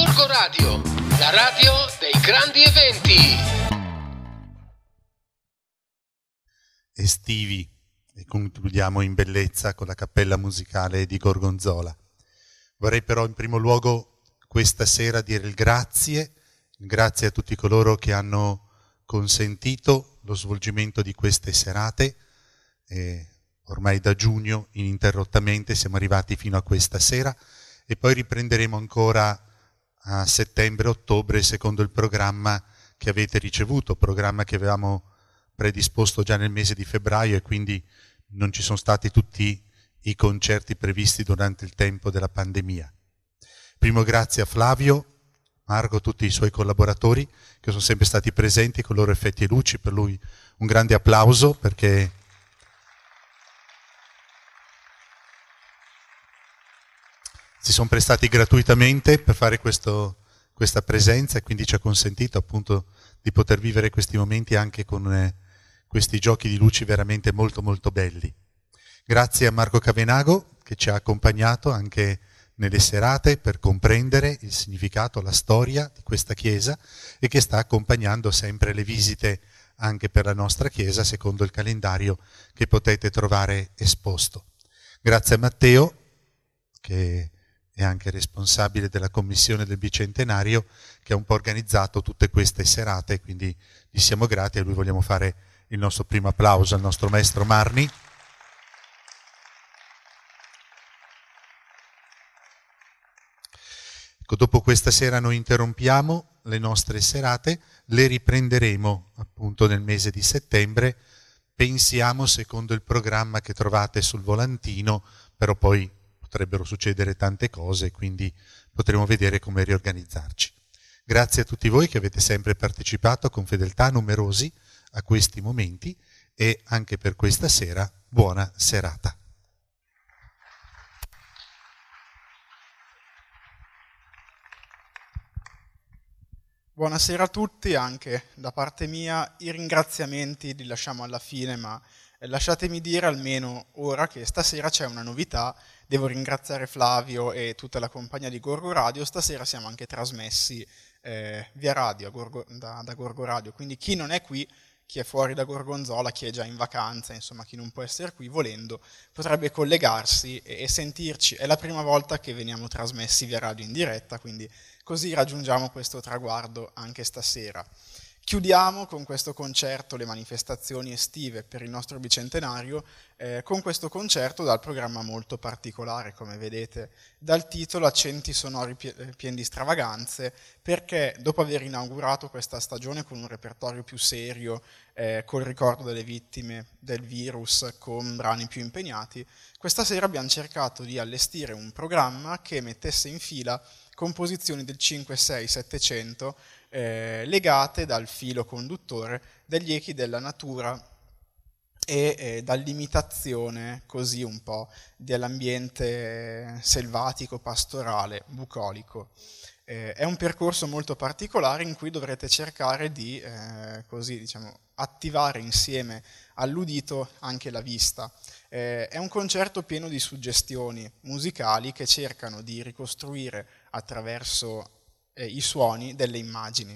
Gorgo Radio, la radio dei grandi eventi. Estivi, e concludiamo in bellezza con la cappella musicale di Gorgonzola. Vorrei però in primo luogo questa sera dire il grazie a tutti coloro che hanno consentito lo svolgimento di queste serate. Ormai da giugno ininterrottamente siamo arrivati fino a questa sera e poi riprenderemo ancora a settembre-ottobre secondo il programma che avete ricevuto, programma che avevamo predisposto già nel mese di febbraio e quindi non ci sono stati tutti i concerti previsti durante il tempo della pandemia. Primo grazie a Flavio, Marco, tutti i suoi collaboratori che sono sempre stati presenti con loro effetti e luci, per lui un grande applauso perché si sono prestati gratuitamente per fare questa presenza e quindi ci ha consentito appunto di poter vivere questi momenti anche con questi giochi di luci veramente molto molto belli. Grazie a Marco Cavenago che ci ha accompagnato anche nelle serate per comprendere il significato, la storia di questa chiesa e che sta accompagnando sempre le visite anche per la nostra chiesa secondo il calendario che potete trovare esposto. Grazie a Matteo che è anche responsabile della commissione del bicentenario che ha un po' organizzato tutte queste serate, quindi gli siamo grati e a lui vogliamo fare il nostro primo applauso al nostro maestro Marni. Ecco, dopo questa sera noi interrompiamo le nostre serate, le riprenderemo appunto nel mese di settembre, pensiamo secondo il programma che trovate sul volantino, però poi potrebbero succedere tante cose, quindi potremo vedere come riorganizzarci. Grazie a tutti voi che avete sempre partecipato con fedeltà, numerosi, a questi momenti e anche per questa sera buona serata. Buonasera a tutti, anche da parte mia i ringraziamenti li lasciamo alla fine, ma lasciatemi dire almeno ora che stasera c'è una novità. Devo ringraziare Flavio e tutta la compagnia di Gorgo Radio. Stasera siamo anche trasmessi via radio da Gorgo Radio, quindi chi non è qui, chi è fuori da Gorgonzola, chi è già in vacanza, insomma chi non può essere qui, volendo potrebbe collegarsi e sentirci. È la prima volta che veniamo trasmessi via radio in diretta, quindi così raggiungiamo questo traguardo anche stasera. Chiudiamo con questo concerto le manifestazioni estive per il nostro bicentenario, con questo concerto dal programma molto particolare, come vedete dal titolo, accenti sonori pieni di stravaganze, perché dopo aver inaugurato questa stagione con un repertorio più serio, col ricordo delle vittime del virus, con brani più impegnati, questa sera abbiamo cercato di allestire un programma che mettesse in fila composizioni del 5, 6, 700 legate dal filo conduttore degli echi della natura e dall'imitazione così un po' dell'ambiente selvatico, pastorale, bucolico. È un percorso molto particolare in cui dovrete cercare di così, diciamo, attivare insieme all'udito anche la vista. È un concerto pieno di suggestioni musicali che cercano di ricostruire attraverso i suoni delle immagini.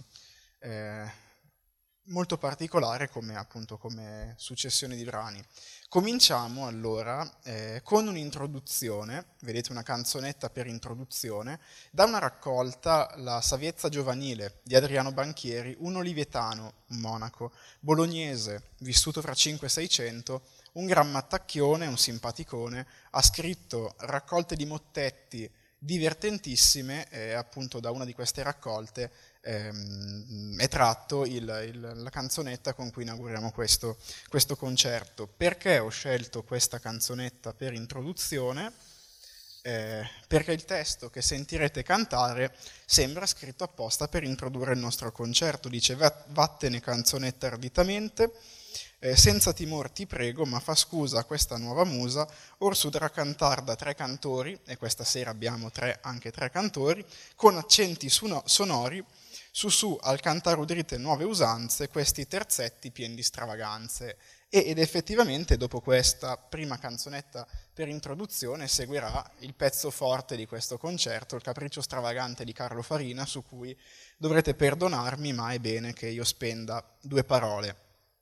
Molto particolare come successione di brani. Cominciamo allora con un'introduzione, vedete una canzonetta per introduzione, da una raccolta, La saviezza giovanile di Adriano Banchieri, un olivetano, un monaco, bolognese, vissuto fra 5 e 600, un gran mattacchione, un simpaticone, ha scritto raccolte di mottetti divertentissime, appunto da una di queste raccolte è tratto la canzonetta con cui inauguriamo questo concerto. Perché ho scelto questa canzonetta per introduzione? Perché il testo che sentirete cantare sembra scritto apposta per introdurre il nostro concerto. Dice: vattene canzonetta arditamente, senza timor ti prego, ma fa scusa a questa nuova musa, or sudrà cantar da 3 cantori, e questa sera abbiamo anche tre cantori, con accenti sonori, su al cantare udrite nuove usanze, questi terzetti pieni di stravaganze. Ed effettivamente dopo questa prima canzonetta per introduzione seguirà il pezzo forte di questo concerto, il Capriccio stravagante di Carlo Farina, su cui dovrete perdonarmi, ma è bene che io spenda 2 parole.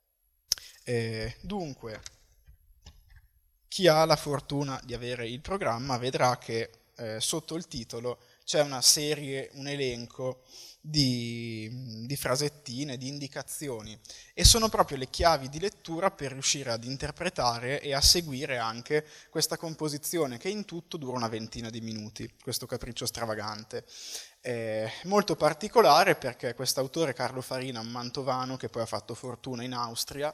Dunque, chi ha la fortuna di avere il programma vedrà che sotto il titolo c'è una serie, un elenco di frasettine, di indicazioni, e sono proprio le chiavi di lettura per riuscire ad interpretare e a seguire anche questa composizione, che in tutto dura una ventina di minuti, questo Capriccio stravagante. Molto particolare perché quest'autore, Carlo Farina, un mantovano che poi ha fatto fortuna in Austria,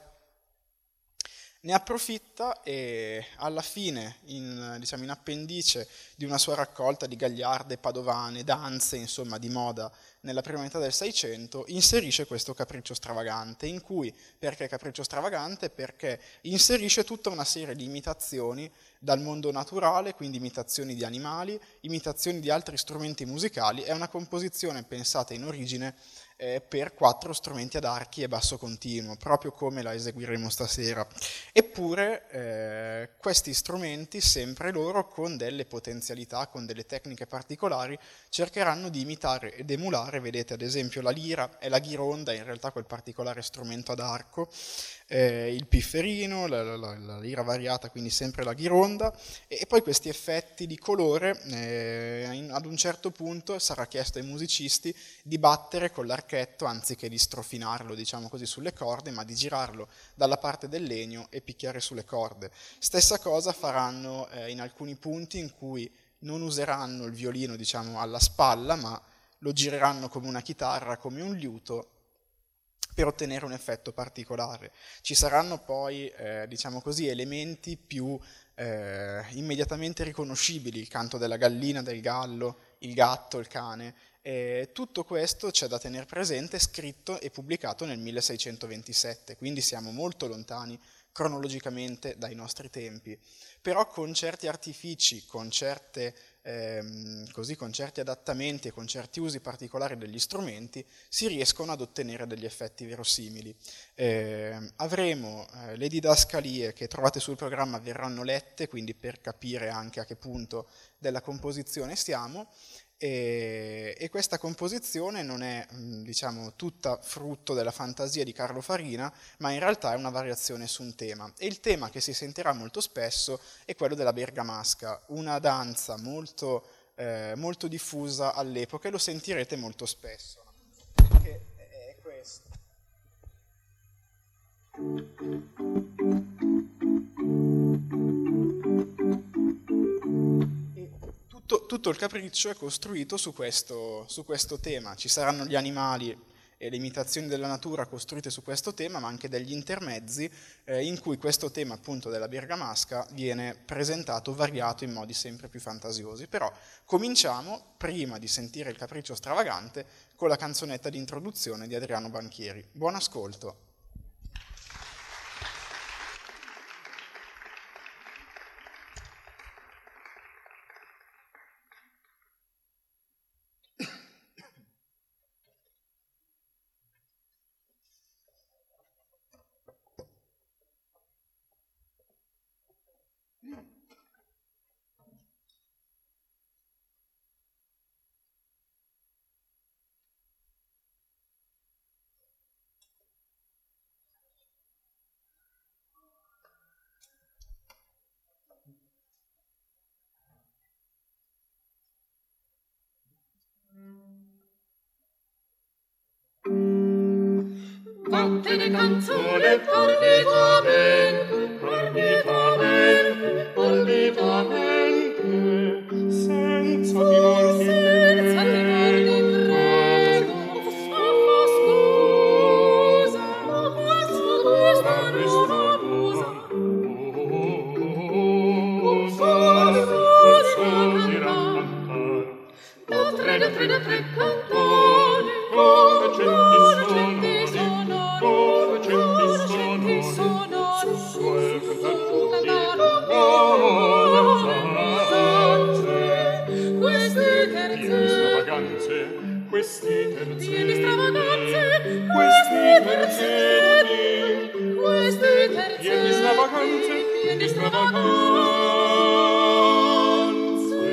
ne approfitta e alla fine, in appendice di una sua raccolta di gagliarde padovane, danze, insomma, di moda nella prima metà del Seicento, inserisce questo Capriccio stravagante, in cui, perché Capriccio stravagante? Perché inserisce tutta una serie di imitazioni dal mondo naturale, quindi imitazioni di animali, imitazioni di altri strumenti musicali. È una composizione pensata in origine per 4 strumenti ad archi e basso continuo, proprio come la eseguiremo stasera. Eppure questi strumenti, sempre loro, con delle potenzialità, con delle tecniche particolari, cercheranno di imitare ed emulare. Vedete ad esempio la lira e la ghironda, in realtà quel particolare strumento ad arco, il pifferino, la lira variata, quindi sempre la ghironda, e poi questi effetti di colore. Ad un certo punto sarà chiesto ai musicisti di battere con l'archetto anziché di strofinarlo, diciamo così, sulle corde, ma di girarlo dalla parte del legno e picchiare sulle corde. Stessa cosa faranno in alcuni punti in cui non useranno il violino, diciamo, alla spalla, ma lo gireranno come una chitarra, come un liuto, per ottenere un effetto particolare. Ci saranno poi, diciamo così, elementi più immediatamente riconoscibili, il canto della gallina, del gallo, il gatto, il cane. Tutto questo c'è da tenere presente, scritto e pubblicato nel 1627, quindi siamo molto lontani cronologicamente dai nostri tempi, però con certi artifici, con certi adattamenti e con certi usi particolari degli strumenti si riescono ad ottenere degli effetti verosimili. Avremo le didascalie che trovate sul programma, verranno lette, quindi per capire anche a che punto della composizione siamo. E questa composizione non è, diciamo, tutta frutto della fantasia di Carlo Farina, ma in realtà è una variazione su un tema. E il tema che si sentirà molto spesso è quello della bergamasca, una danza molto, molto diffusa all'epoca, e lo sentirete molto spesso. Che è questo. Tutto il capriccio è costruito su questo tema. Ci saranno gli animali e le imitazioni della natura costruite su questo tema, ma anche degli intermezzi in cui questo tema, appunto, della bergamasca viene presentato, variato in modi sempre più fantasiosi. Però cominciamo, prima di sentire il Capriccio stravagante, con la canzonetta di introduzione di Adriano Banchieri. Buon ascolto. Batte le canzone arditamente, arditamente, arditamente, senza timor di prego, fa scusa, tre cantori, come centi sonori, quel cantato queste terze, questi terzetti, pieni stravaganze, pieni stravaganze.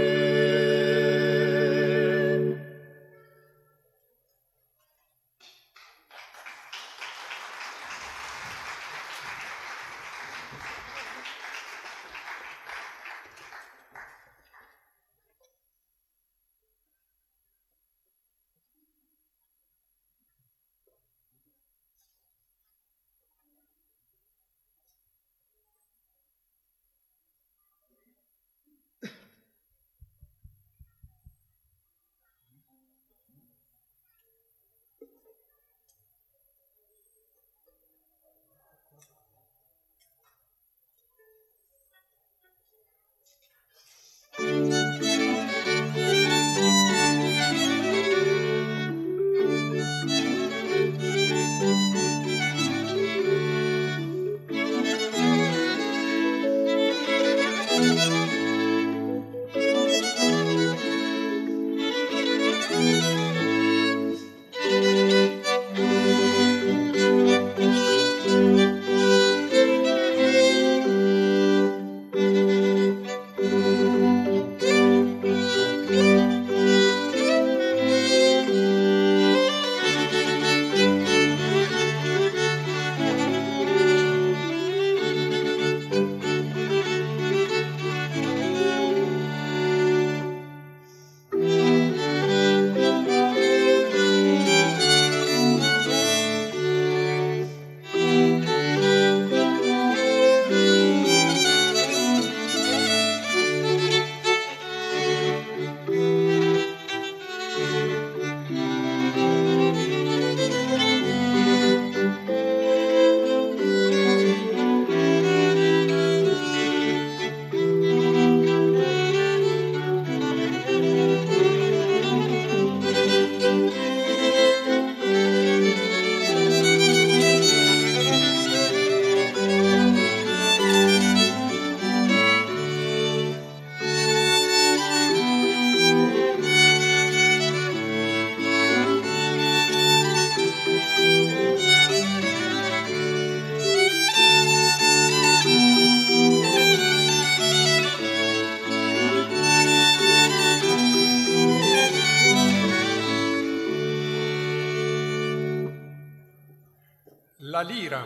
La lira.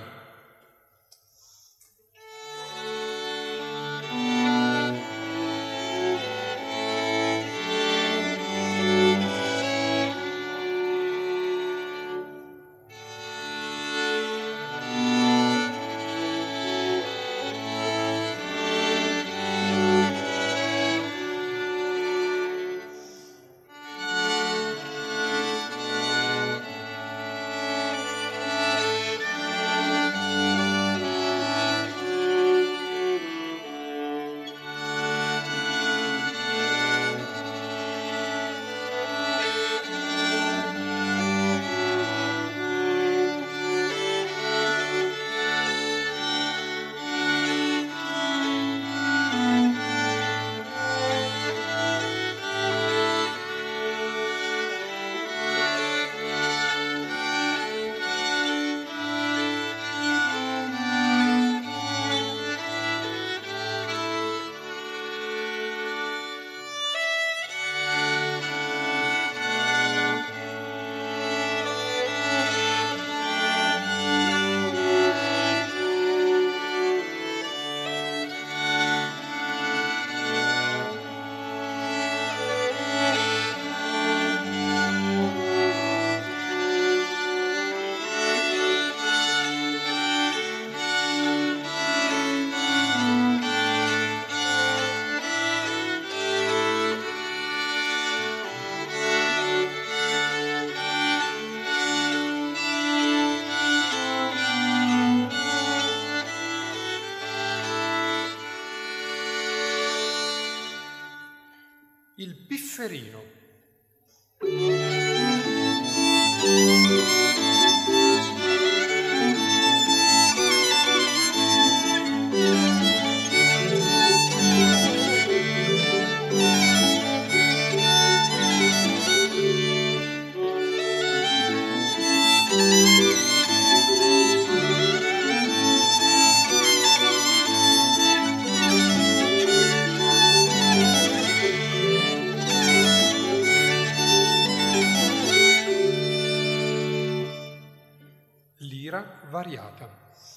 Il pifferino. lira variata.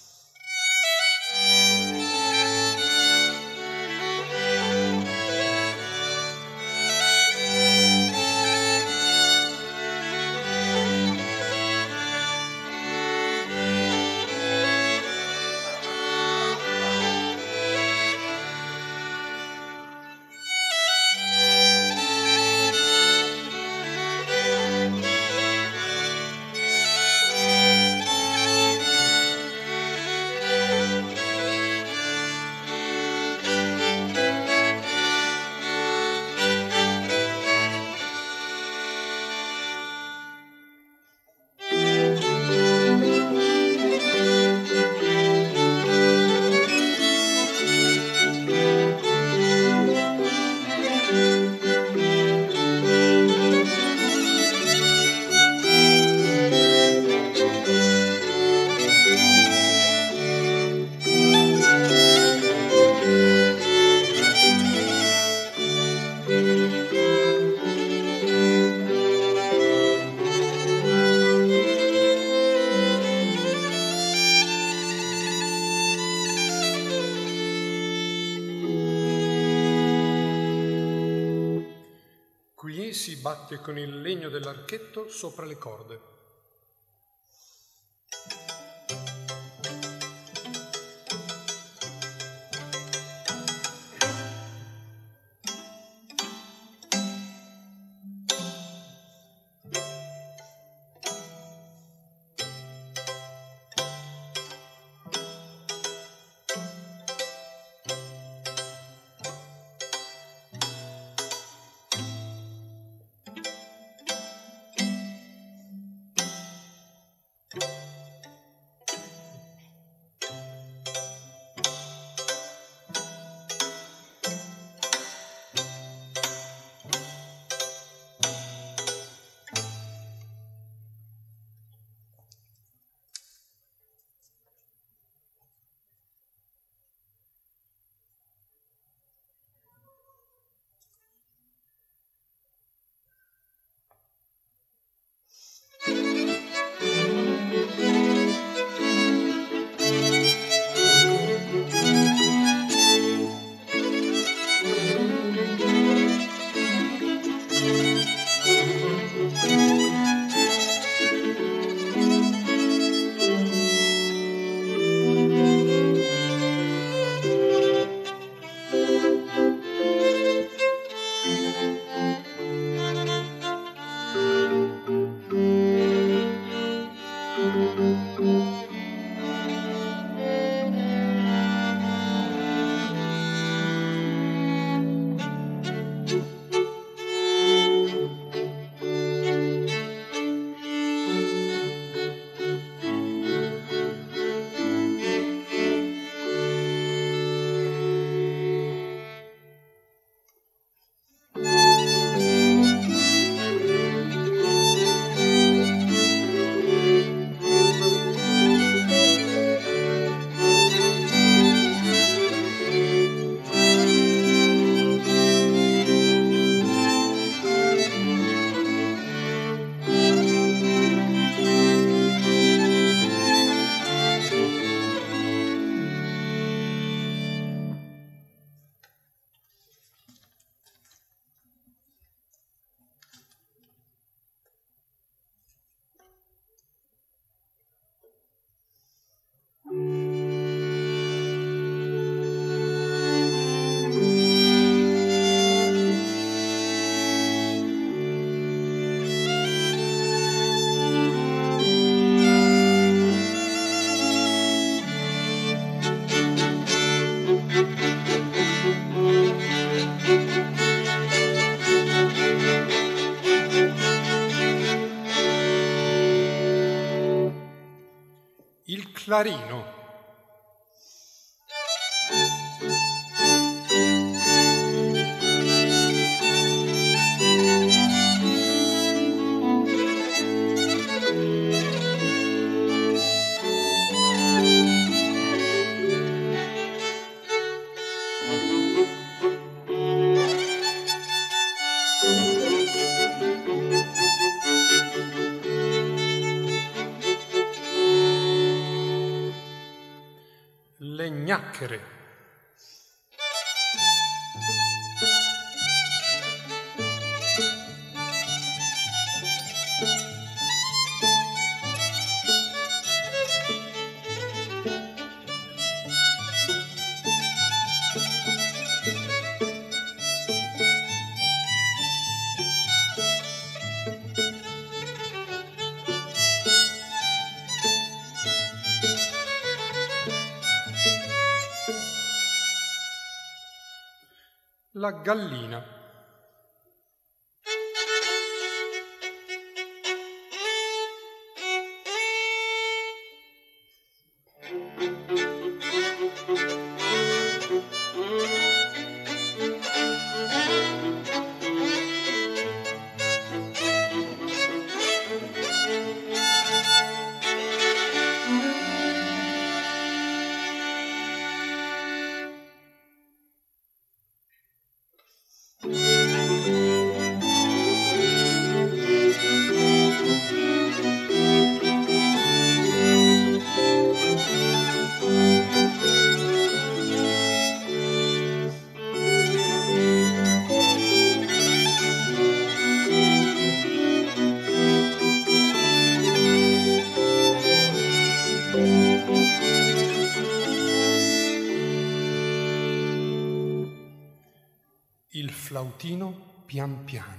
Qui si batte con il legno dell'archetto sopra le corde. Clarino. gnacchere. La gallina. Il flautino pian piano.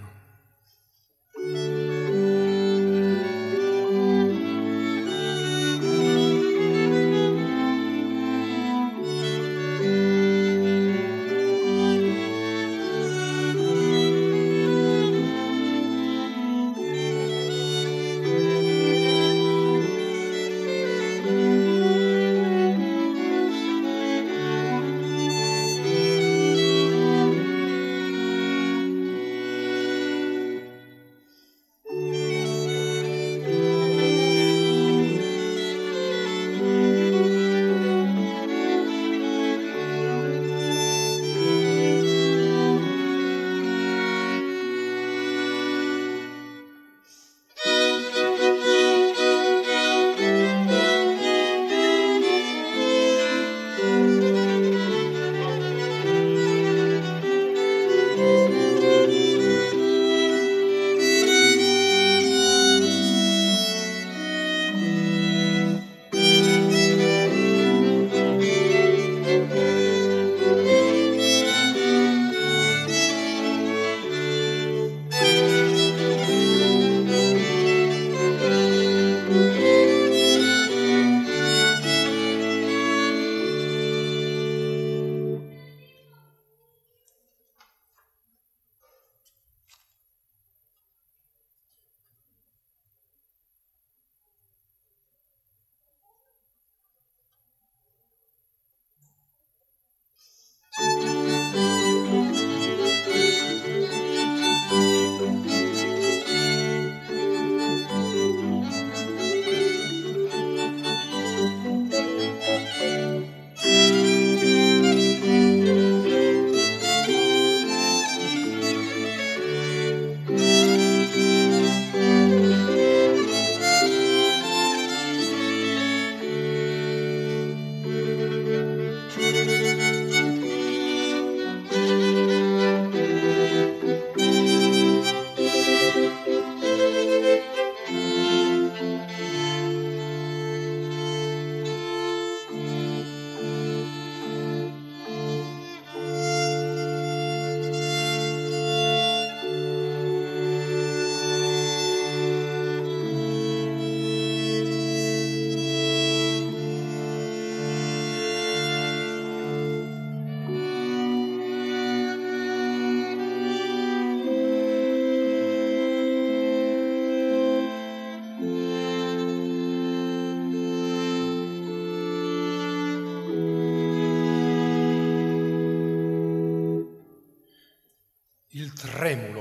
Il tremulo.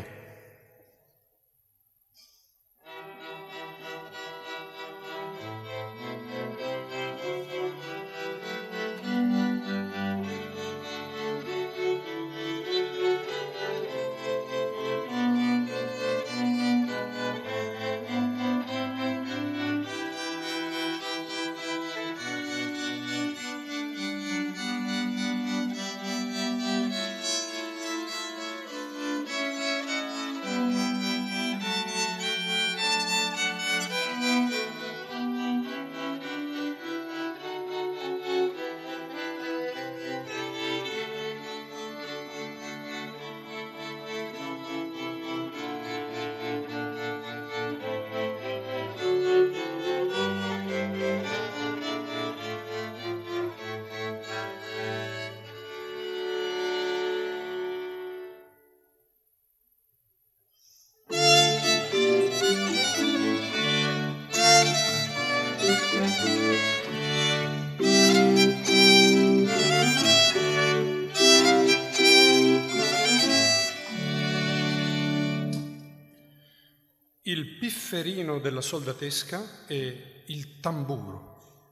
pifferino della soldatesca e il tamburo.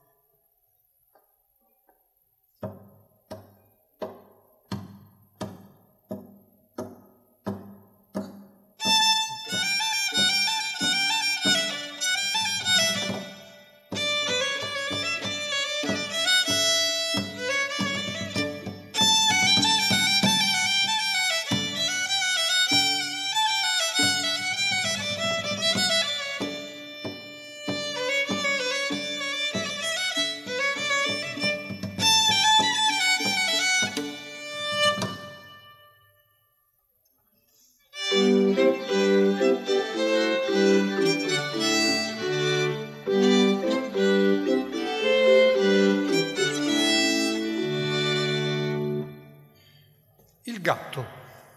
Il gatto.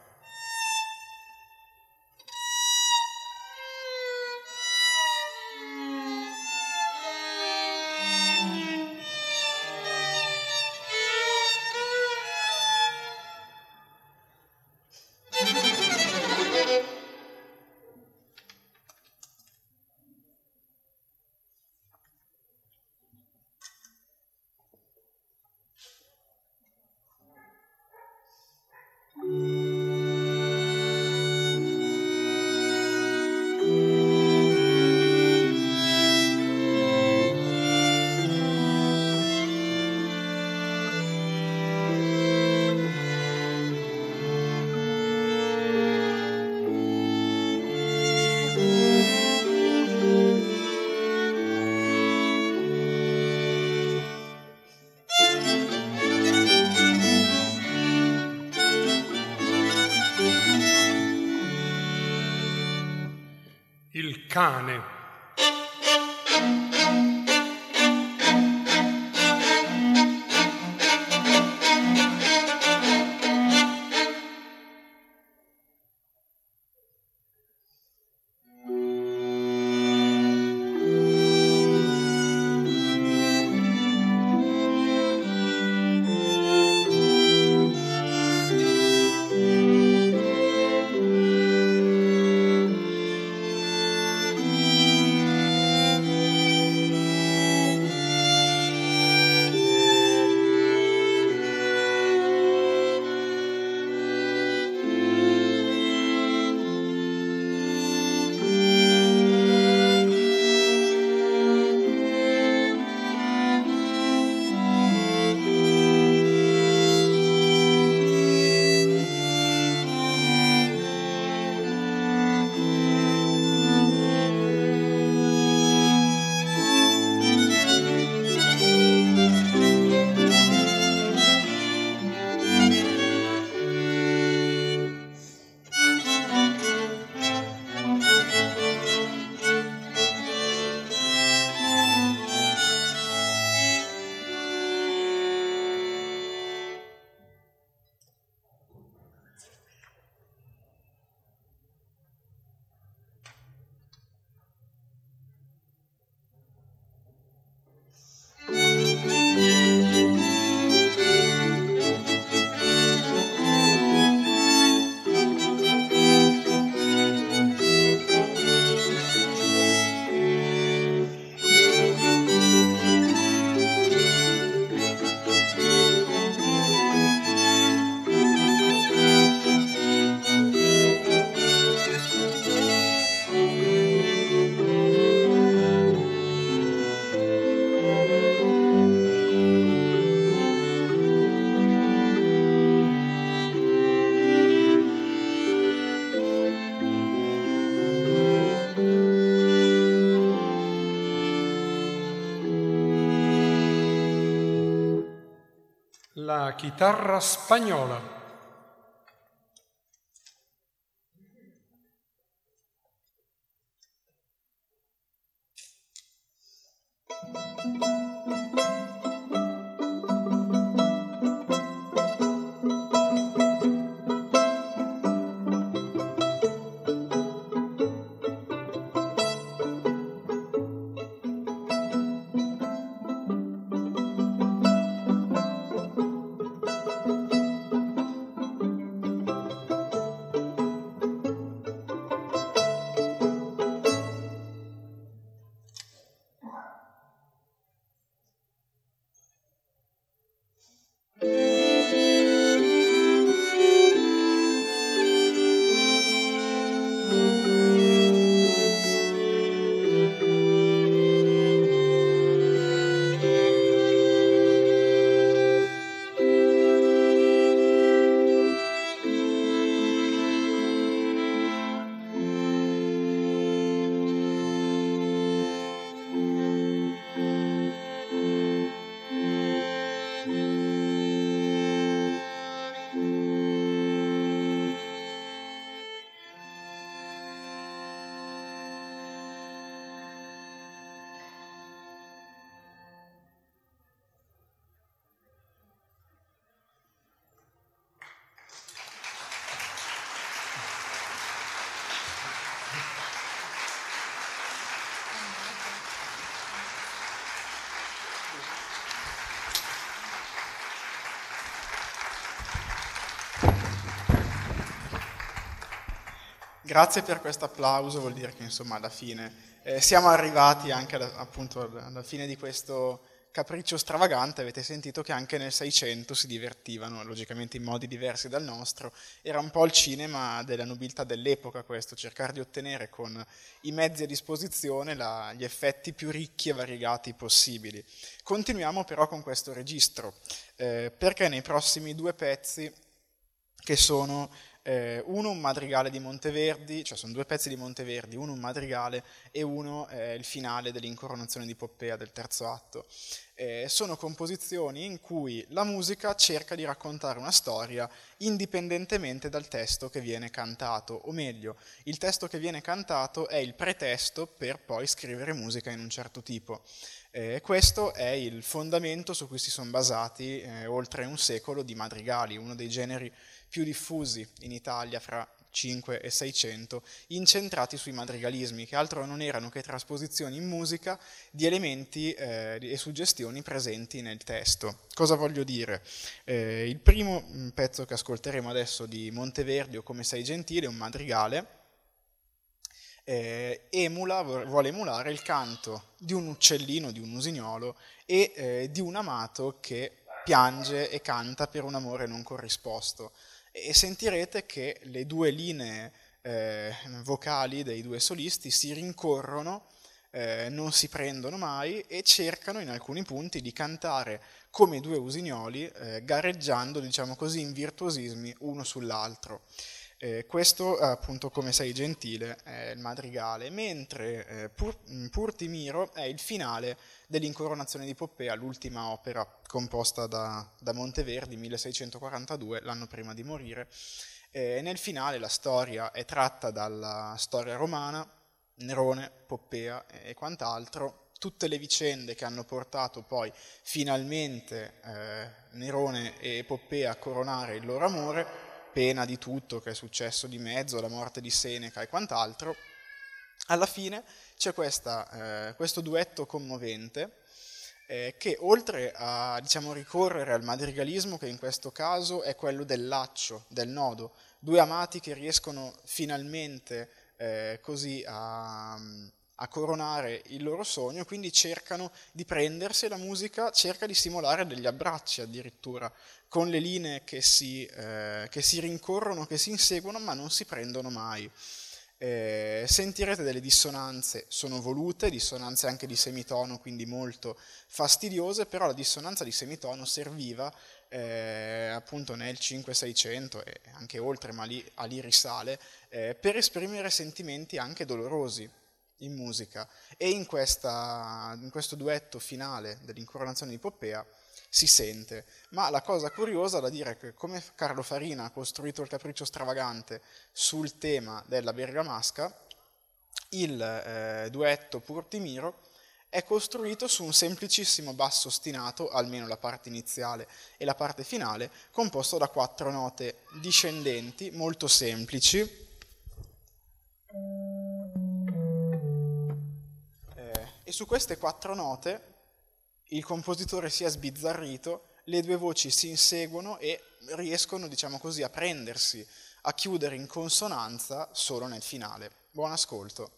Il cane. La chitarra spagnola. Grazie per questo applauso, vuol dire che insomma alla fine siamo arrivati anche appunto alla fine di questo capriccio stravagante. Avete sentito che anche nel 600 si divertivano, logicamente in modi diversi dal nostro. Era un po' il cinema della nobiltà dell'epoca questo, cercare di ottenere con i mezzi a disposizione gli effetti più ricchi e variegati possibili. Continuiamo però con questo registro, perché nei prossimi due pezzi, che sono uno un madrigale di Monteverdi, cioè sono due pezzi di Monteverdi, uno un madrigale e uno il finale dell'incoronazione di Poppea del terzo atto. Sono composizioni in cui la musica cerca di raccontare una storia indipendentemente dal testo che viene cantato, o meglio, il testo che viene cantato è il pretesto per poi scrivere musica in un certo tipo. Questo è il fondamento su cui si sono basati oltre un secolo di madrigali, uno dei generi più diffusi in Italia fra 5 e 600, incentrati sui madrigalismi, che altro non erano che trasposizioni in musica di elementi e suggestioni presenti nel testo. Cosa voglio dire? Il primo pezzo che ascolteremo adesso di Monteverdi, o Come sei gentile, è un madrigale, vuole emulare il canto di un uccellino, di un usignolo e di un amato che piange e canta per un amore non corrisposto. E sentirete che le due linee vocali dei due solisti si rincorrono, non si prendono mai e cercano in alcuni punti di cantare come due usignoli, gareggiando, diciamo così, in virtuosismi uno sull'altro. Questo appunto Come sei gentile è il madrigale, mentre Pur Timiro è il finale dell'incoronazione di Poppea, l'ultima opera composta da Monteverdi, 1642, l'anno prima di morire. Nel finale la storia è tratta dalla storia romana, Nerone, Poppea e quant'altro, tutte le vicende che hanno portato poi finalmente Nerone e Poppea a coronare il loro amore, pena di tutto che è successo di mezzo, la morte di Seneca e quant'altro. Alla fine c'è questo duetto commovente che oltre a, diciamo, ricorrere al madrigalismo, che in questo caso è quello del laccio, del nodo, due amati che riescono finalmente così a coronare il loro sogno, quindi cercano di prendersi, la musica cerca di simulare degli abbracci addirittura, con le linee che si rincorrono, che si inseguono, ma non si prendono mai. Sentirete delle dissonanze, sono volute, dissonanze anche di semitono, quindi molto fastidiose, però la dissonanza di semitono serviva appunto nel 5-600 e anche oltre, ma a lì risale, per esprimere sentimenti anche dolorosi in musica, e in questo duetto finale dell'incoronazione di Poppea si sente. Ma la cosa curiosa da dire è che, come Carlo Farina ha costruito il Capriccio stravagante sul tema della bergamasca, il duetto Pur Timiro è costruito su un semplicissimo basso ostinato, almeno la parte iniziale e la parte finale, composto da 4 note discendenti molto semplici, e su queste 4 note il compositore si è sbizzarrito, le due voci si inseguono e riescono, diciamo così, a prendersi, a chiudere in consonanza solo nel finale. Buon ascolto.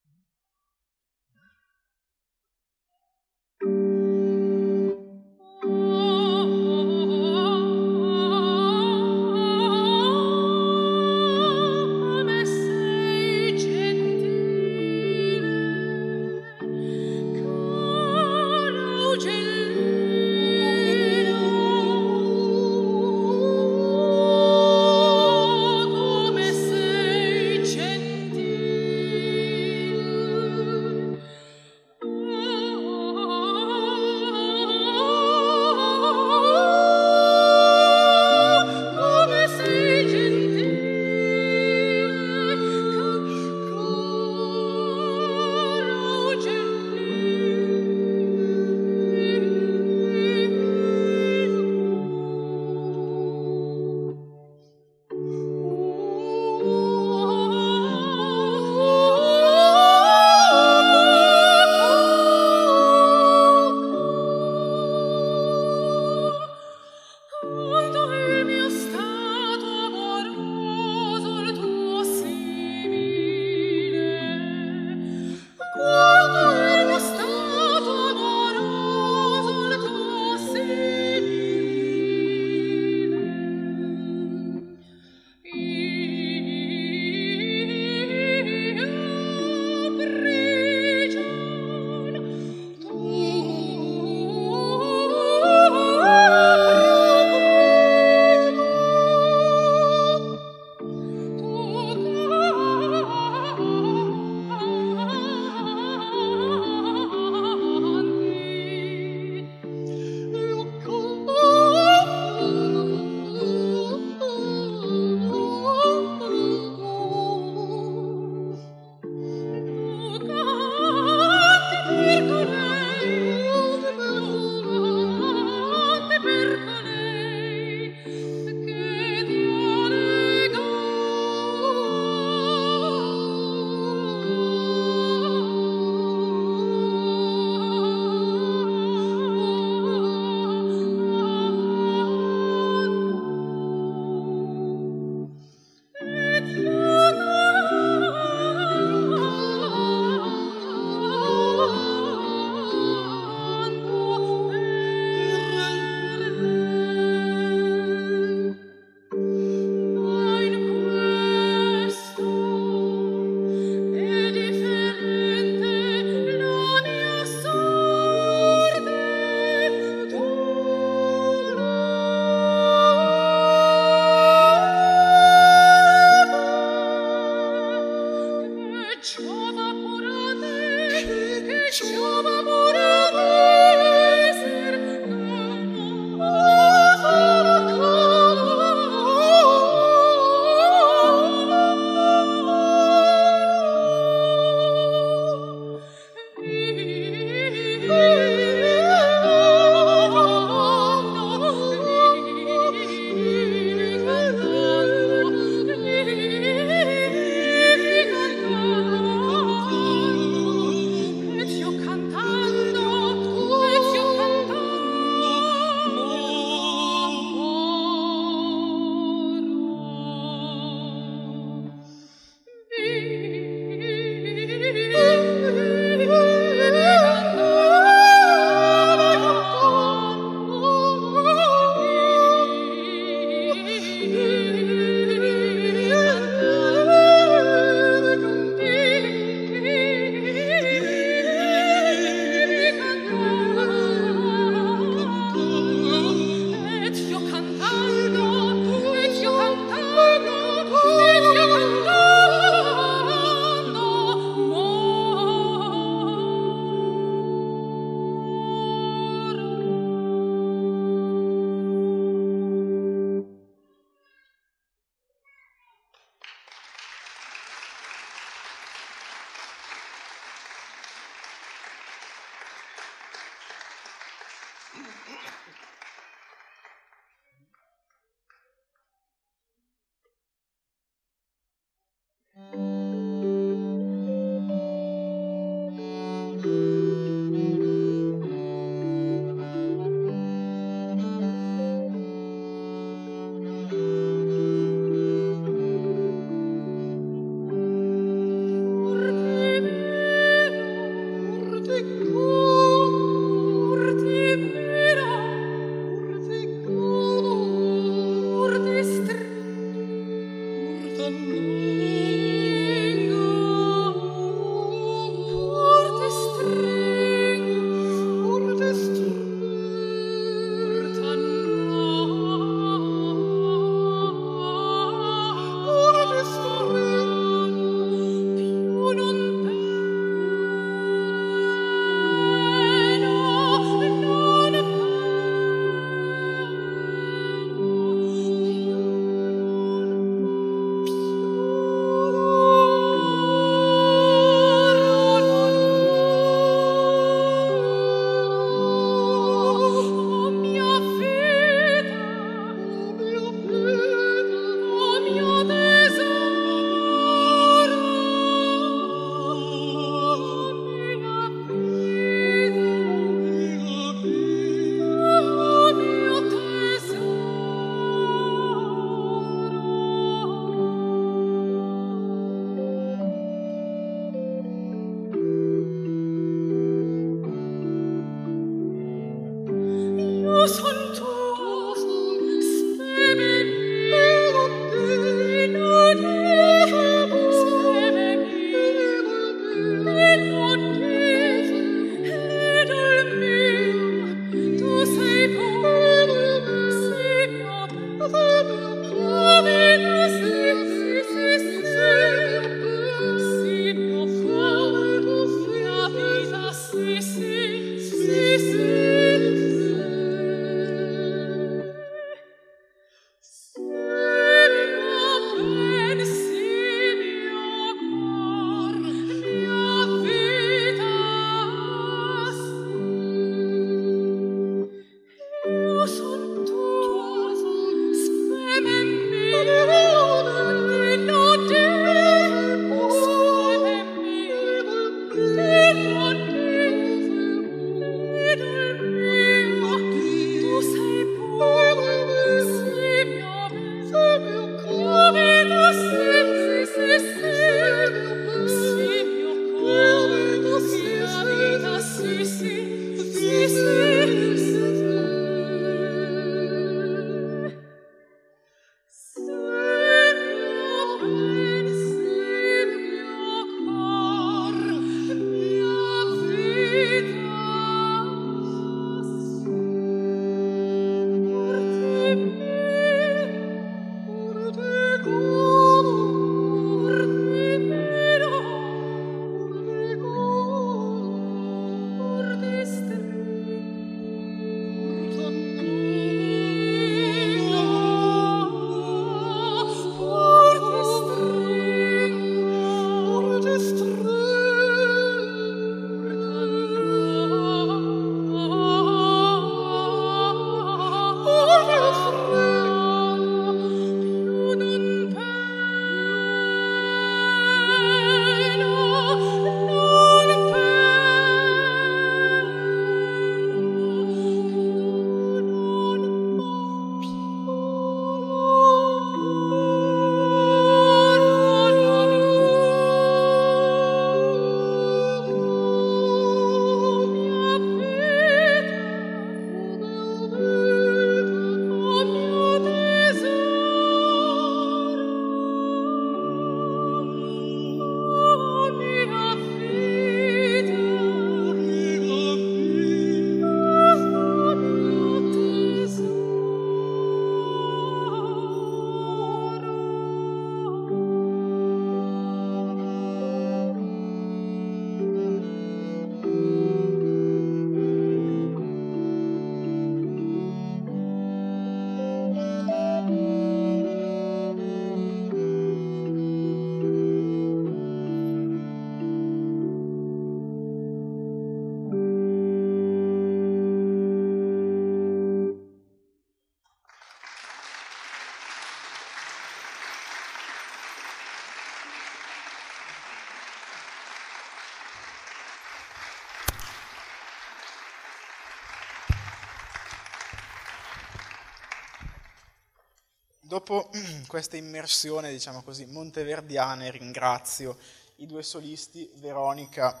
Dopo questa immersione, diciamo così, monteverdiana, ringrazio i due solisti, Veronica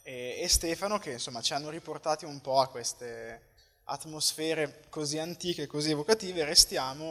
e Stefano, che insomma ci hanno riportati un po' a queste atmosfere così antiche, così evocative. Restiamo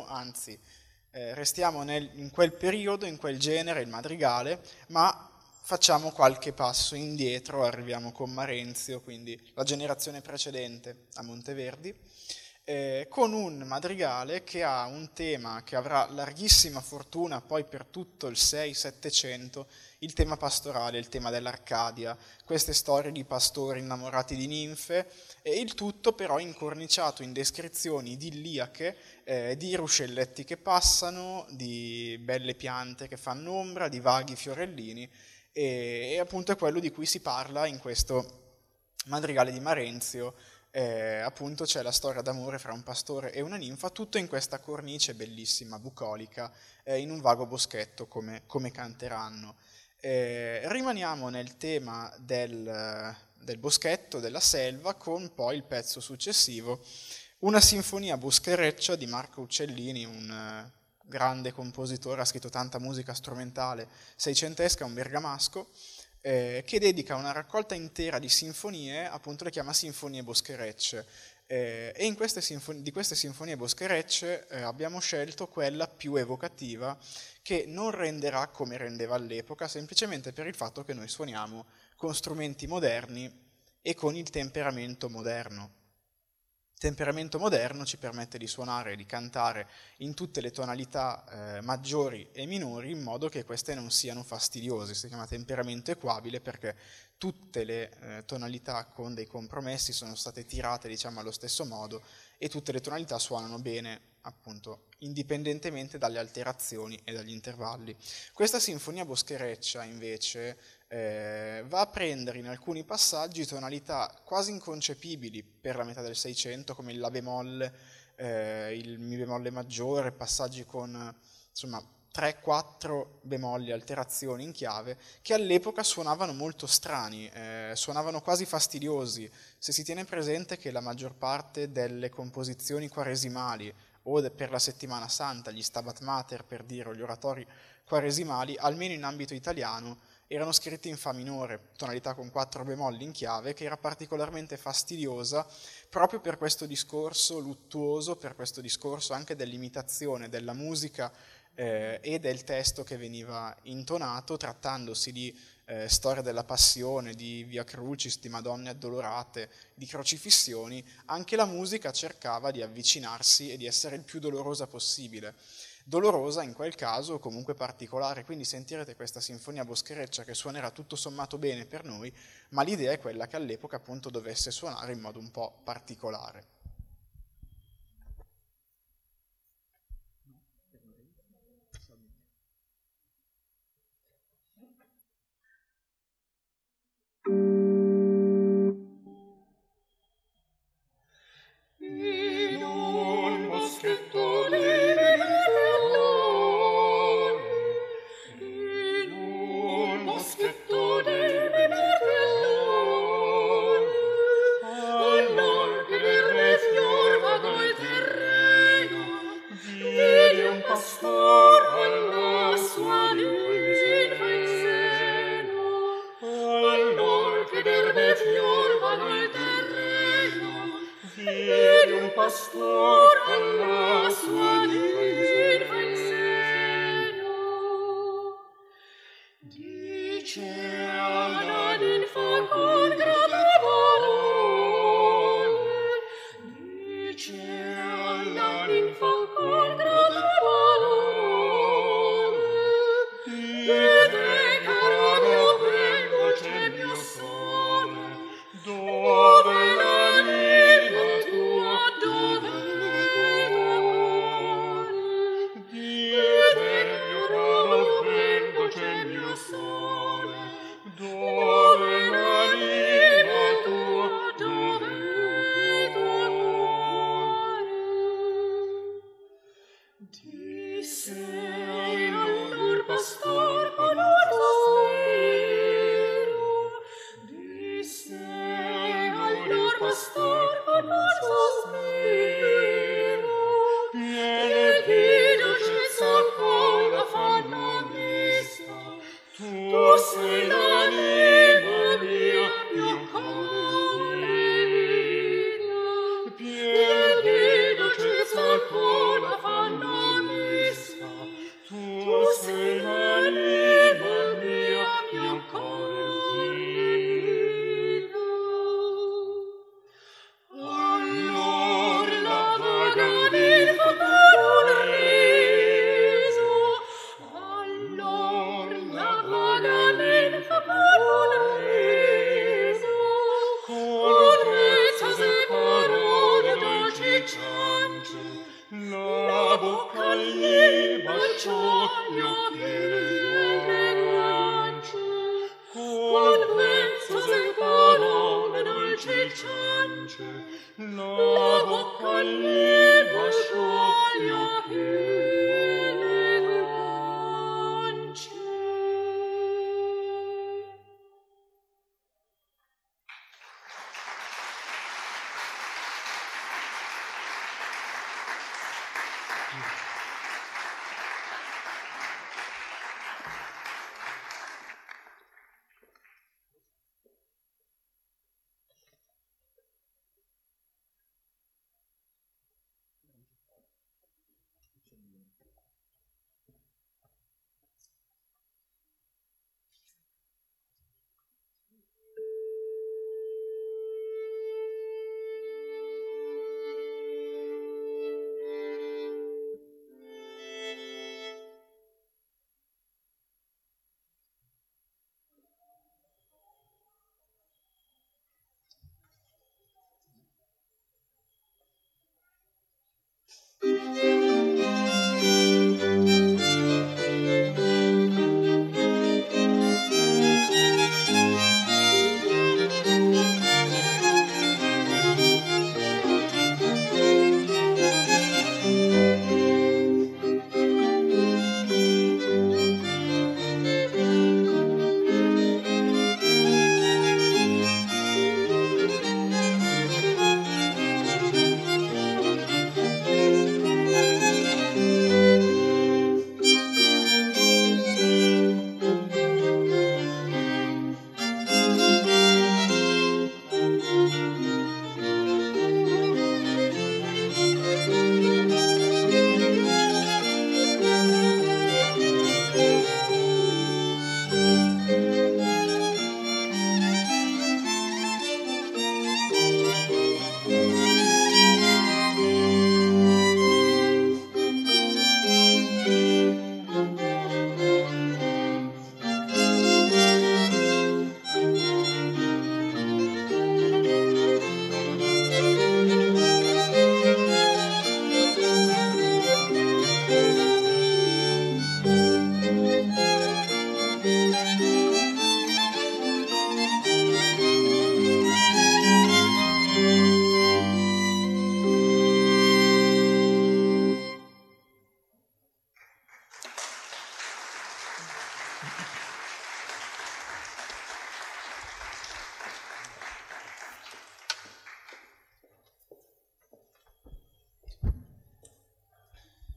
in quel periodo, in quel genere, il madrigale, ma facciamo qualche passo indietro, arriviamo con Marenzio, quindi la generazione precedente a Monteverdi, con un madrigale che ha un tema che avrà larghissima fortuna poi per tutto il 6-700, il tema pastorale, il tema dell'Arcadia, queste storie di pastori innamorati di ninfe, e il tutto però incorniciato in descrizioni idilliache di ruscelletti che passano, di belle piante che fanno ombra, di vaghi fiorellini, e appunto è quello di cui si parla in questo madrigale di Marenzio. Appunto c'è la storia d'amore fra un pastore e una ninfa, tutto in questa cornice bellissima, bucolica, in un vago boschetto come canteranno. Rimaniamo nel tema del boschetto, della selva, con poi il pezzo successivo, una sinfonia boschereccia di Marco Uccellini, un grande compositore, ha scritto tanta musica strumentale seicentesca, un bergamasco, che dedica una raccolta intera di sinfonie, appunto le chiama sinfonie boscherecce. E di queste sinfonie boscherecce abbiamo scelto quella più evocativa, che non renderà come rendeva all'epoca, semplicemente per il fatto che noi suoniamo con strumenti moderni e con il temperamento moderno. Il temperamento moderno ci permette di suonare e di cantare in tutte le tonalità maggiori e minori, in modo che queste non siano fastidiose. Si chiama temperamento equabile perché tutte le tonalità con dei compromessi sono state tirate, diciamo, allo stesso modo, e tutte le tonalità suonano bene, appunto, indipendentemente dalle alterazioni e dagli intervalli. Questa sinfonia boschereccia, invece, va a prendere in alcuni passaggi tonalità quasi inconcepibili per la metà del Seicento, come il La bemolle, il Mi bemolle maggiore, passaggi con, insomma, 3-4 bemolli, alterazioni in chiave, che all'epoca suonavano molto strani, suonavano quasi fastidiosi. Se si tiene presente che la maggior parte delle composizioni quaresimali o per la settimana santa, gli Stabat Mater, per dire, o gli oratori quaresimali, almeno in ambito italiano, erano scritti in Fa minore, tonalità con 4 bemolli in chiave, che era particolarmente fastidiosa proprio per questo discorso luttuoso, per questo discorso anche dell'imitazione della musica e del testo che veniva intonato, trattandosi di storia della passione, di Via Crucis, di Madonne addolorate, di crocifissioni. Anche la musica cercava di avvicinarsi e di essere il più dolorosa possibile. Dolorosa in quel caso, comunque particolare, quindi sentirete questa sinfonia boschereccia che suonerà tutto sommato bene per noi, ma l'idea è quella che all'epoca appunto dovesse suonare in modo un po' particolare. In un boschetto di pastor alla sua ninfa in seno, allor che d'erbe fiorvano il terreno, vidi un pastor alla sua ninfa in seno. Dice alla ninfa con grave parole, dice alla ninfa con grave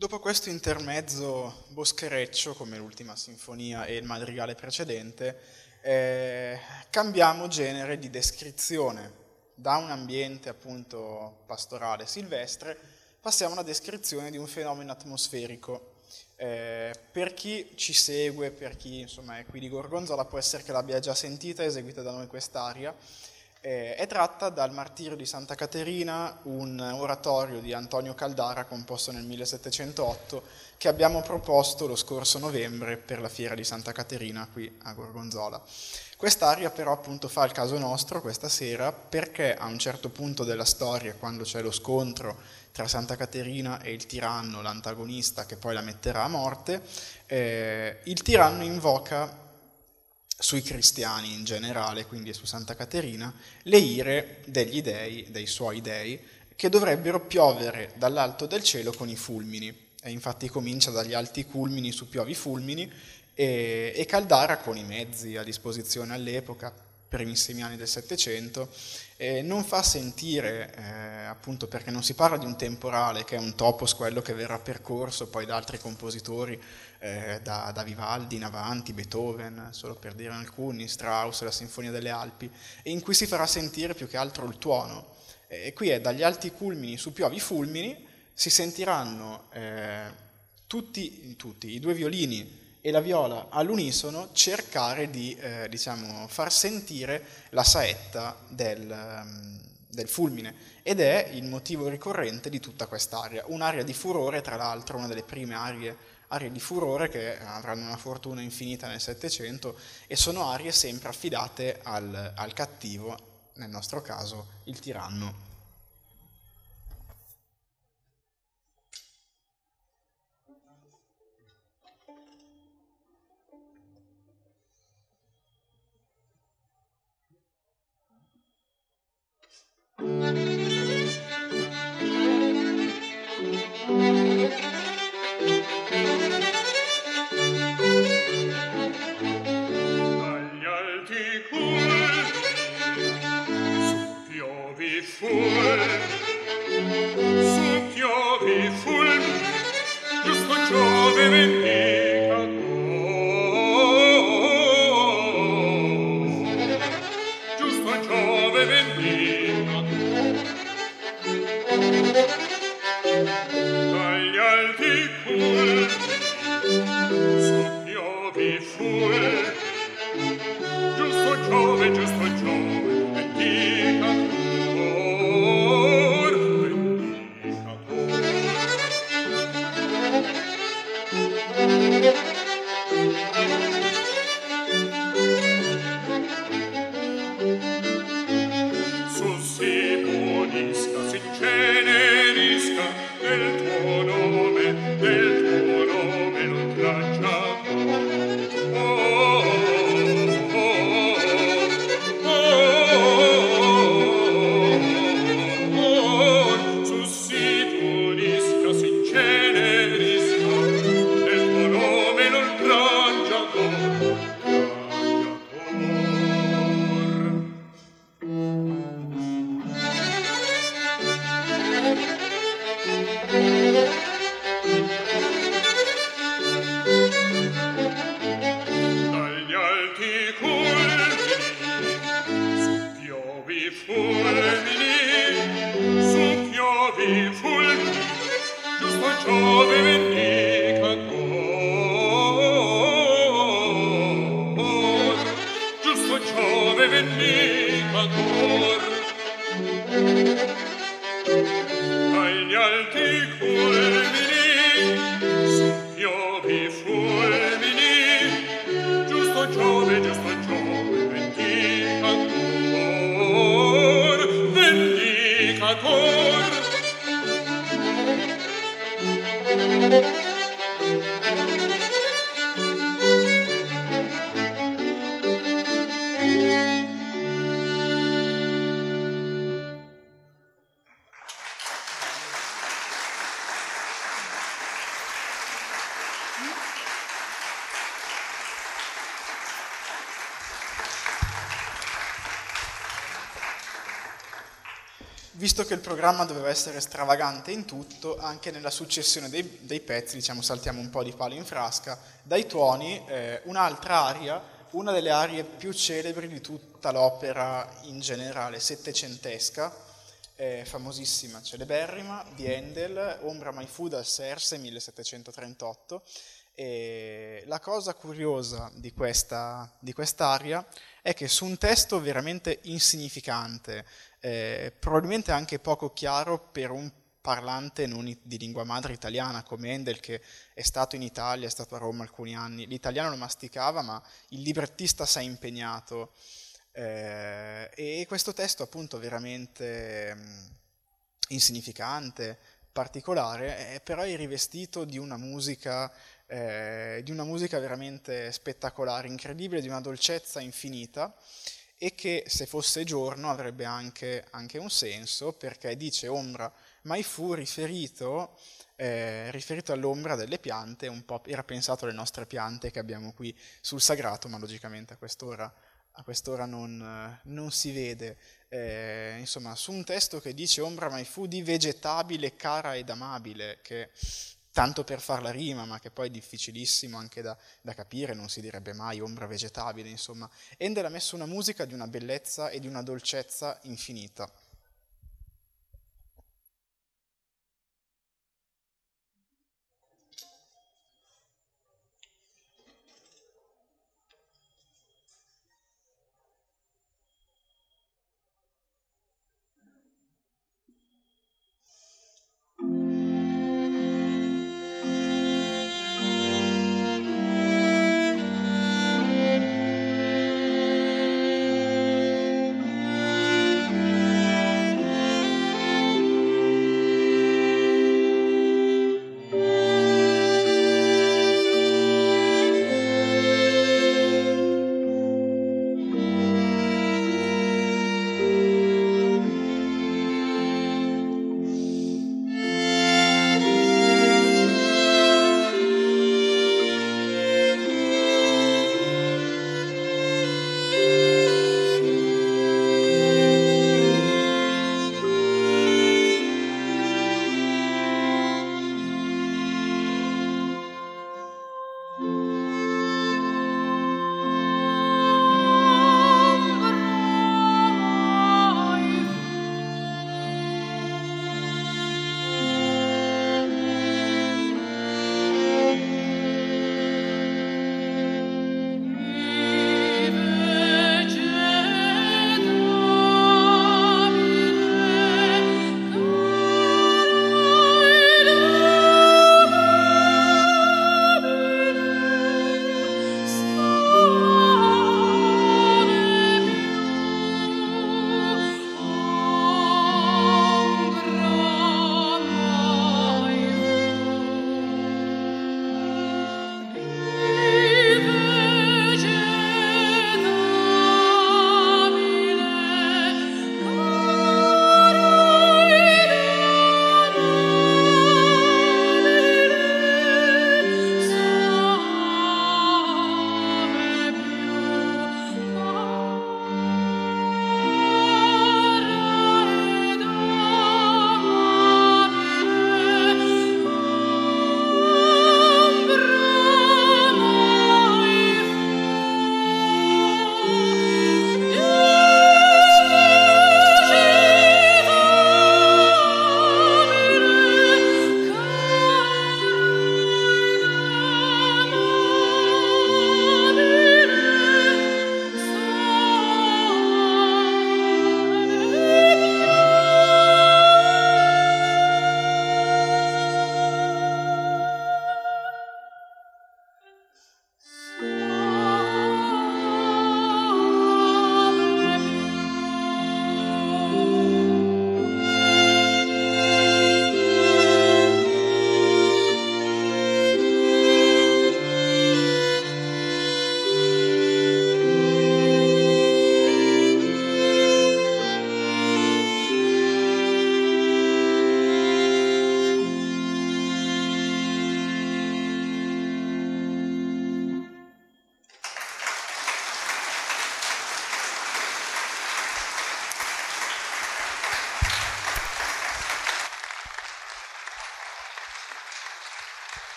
Dopo questo intermezzo boschereccio, come l'ultima sinfonia e il madrigale precedente, cambiamo genere di descrizione. Da un ambiente appunto pastorale silvestre passiamo a una descrizione di un fenomeno atmosferico. Per chi ci segue, per chi insomma è qui di Gorgonzola, può essere che l'abbia già sentita, eseguita da noi quest'aria. È tratta dal Martirio di Santa Caterina, un oratorio di Antonio Caldara composto nel 1708 che abbiamo proposto lo scorso novembre per la fiera di Santa Caterina qui a Gorgonzola. Quest'aria però appunto fa il caso nostro questa sera perché a un certo punto della storia, quando c'è lo scontro tra Santa Caterina e il tiranno, l'antagonista che poi la metterà a morte, il tiranno invoca sui cristiani in generale, quindi su Santa Caterina, le ire degli dei, dei suoi dei, che dovrebbero piovere dall'alto del cielo con i fulmini. E infatti comincia dagli alti culmini su piovi fulmini e Caldara, con i mezzi a disposizione all'epoca, primissimi anni del Settecento, non fa sentire, appunto perché non si parla di un temporale che è un topos, quello che verrà percorso poi da altri compositori, da Vivaldi in avanti, Beethoven, solo per dire alcuni, Strauss, la Sinfonia delle Alpi, e in cui si farà sentire più che altro il tuono. E qui è dagli alti culmini su piovi fulmini, si sentiranno tutti i due violini e la viola all'unisono cercare di far sentire la saetta del fulmine, ed è il motivo ricorrente di tutta quest'aria, un'aria di furore, tra l'altro una delle prime arie di furore che avranno una fortuna infinita nel Settecento, e sono arie sempre affidate al cattivo, nel nostro caso il tiranno. Agli alti culmini su piovi fulmini, giusto Giove vendicatore, giusto Giove vendicatore. Agli alti culmini su piovi fulmini, giusto Giove vendicatore, vendicatore. Sul si punisca, si incenerisca del tuo nome l'oltraggiatore. Oh, oh, oh, oh, sul si punisca, si incenerisca del tuo nome l'oltraggiatore. Dagli alti culmini su piovi fulmini, giusto Giove vendicatore, giusto Giove vendicatore. Agli alti culmini su piovi fulmini, giusto Giove vendicatore. visto che il programma doveva essere stravagante in tutto, anche nella successione dei pezzi, diciamo, saltiamo un po' di palo in frasca, dai tuoni, un'altra aria, una delle arie più celebri di tutta l'opera in generale, settecentesca, famosissima, celeberrima, di Handel, Ombra mai fu dal Serse, 1738. E la cosa curiosa di quest'aria è che su un testo veramente insignificante, probabilmente anche poco chiaro per un parlante non di lingua madre italiana come Handel, che è stato in Italia, è stato a Roma alcuni anni, l'italiano lo masticava ma il librettista si è impegnato, e questo testo appunto veramente insignificante, particolare, però è rivestito di una musica veramente spettacolare, incredibile, di una dolcezza infinita, e che se fosse giorno avrebbe anche un senso, perché dice ombra mai fu riferito all'ombra delle piante, un po' era pensato alle nostre piante che abbiamo qui sul sagrato, ma logicamente a quest'ora non si vede. Insomma, su un testo che dice ombra mai fu di vegetabile, cara ed amabile, che tanto per far la rima, ma che poi è difficilissimo anche da capire, non si direbbe mai ombra vegetabile, insomma. Handel ha messo una musica di una bellezza e di una dolcezza infinita.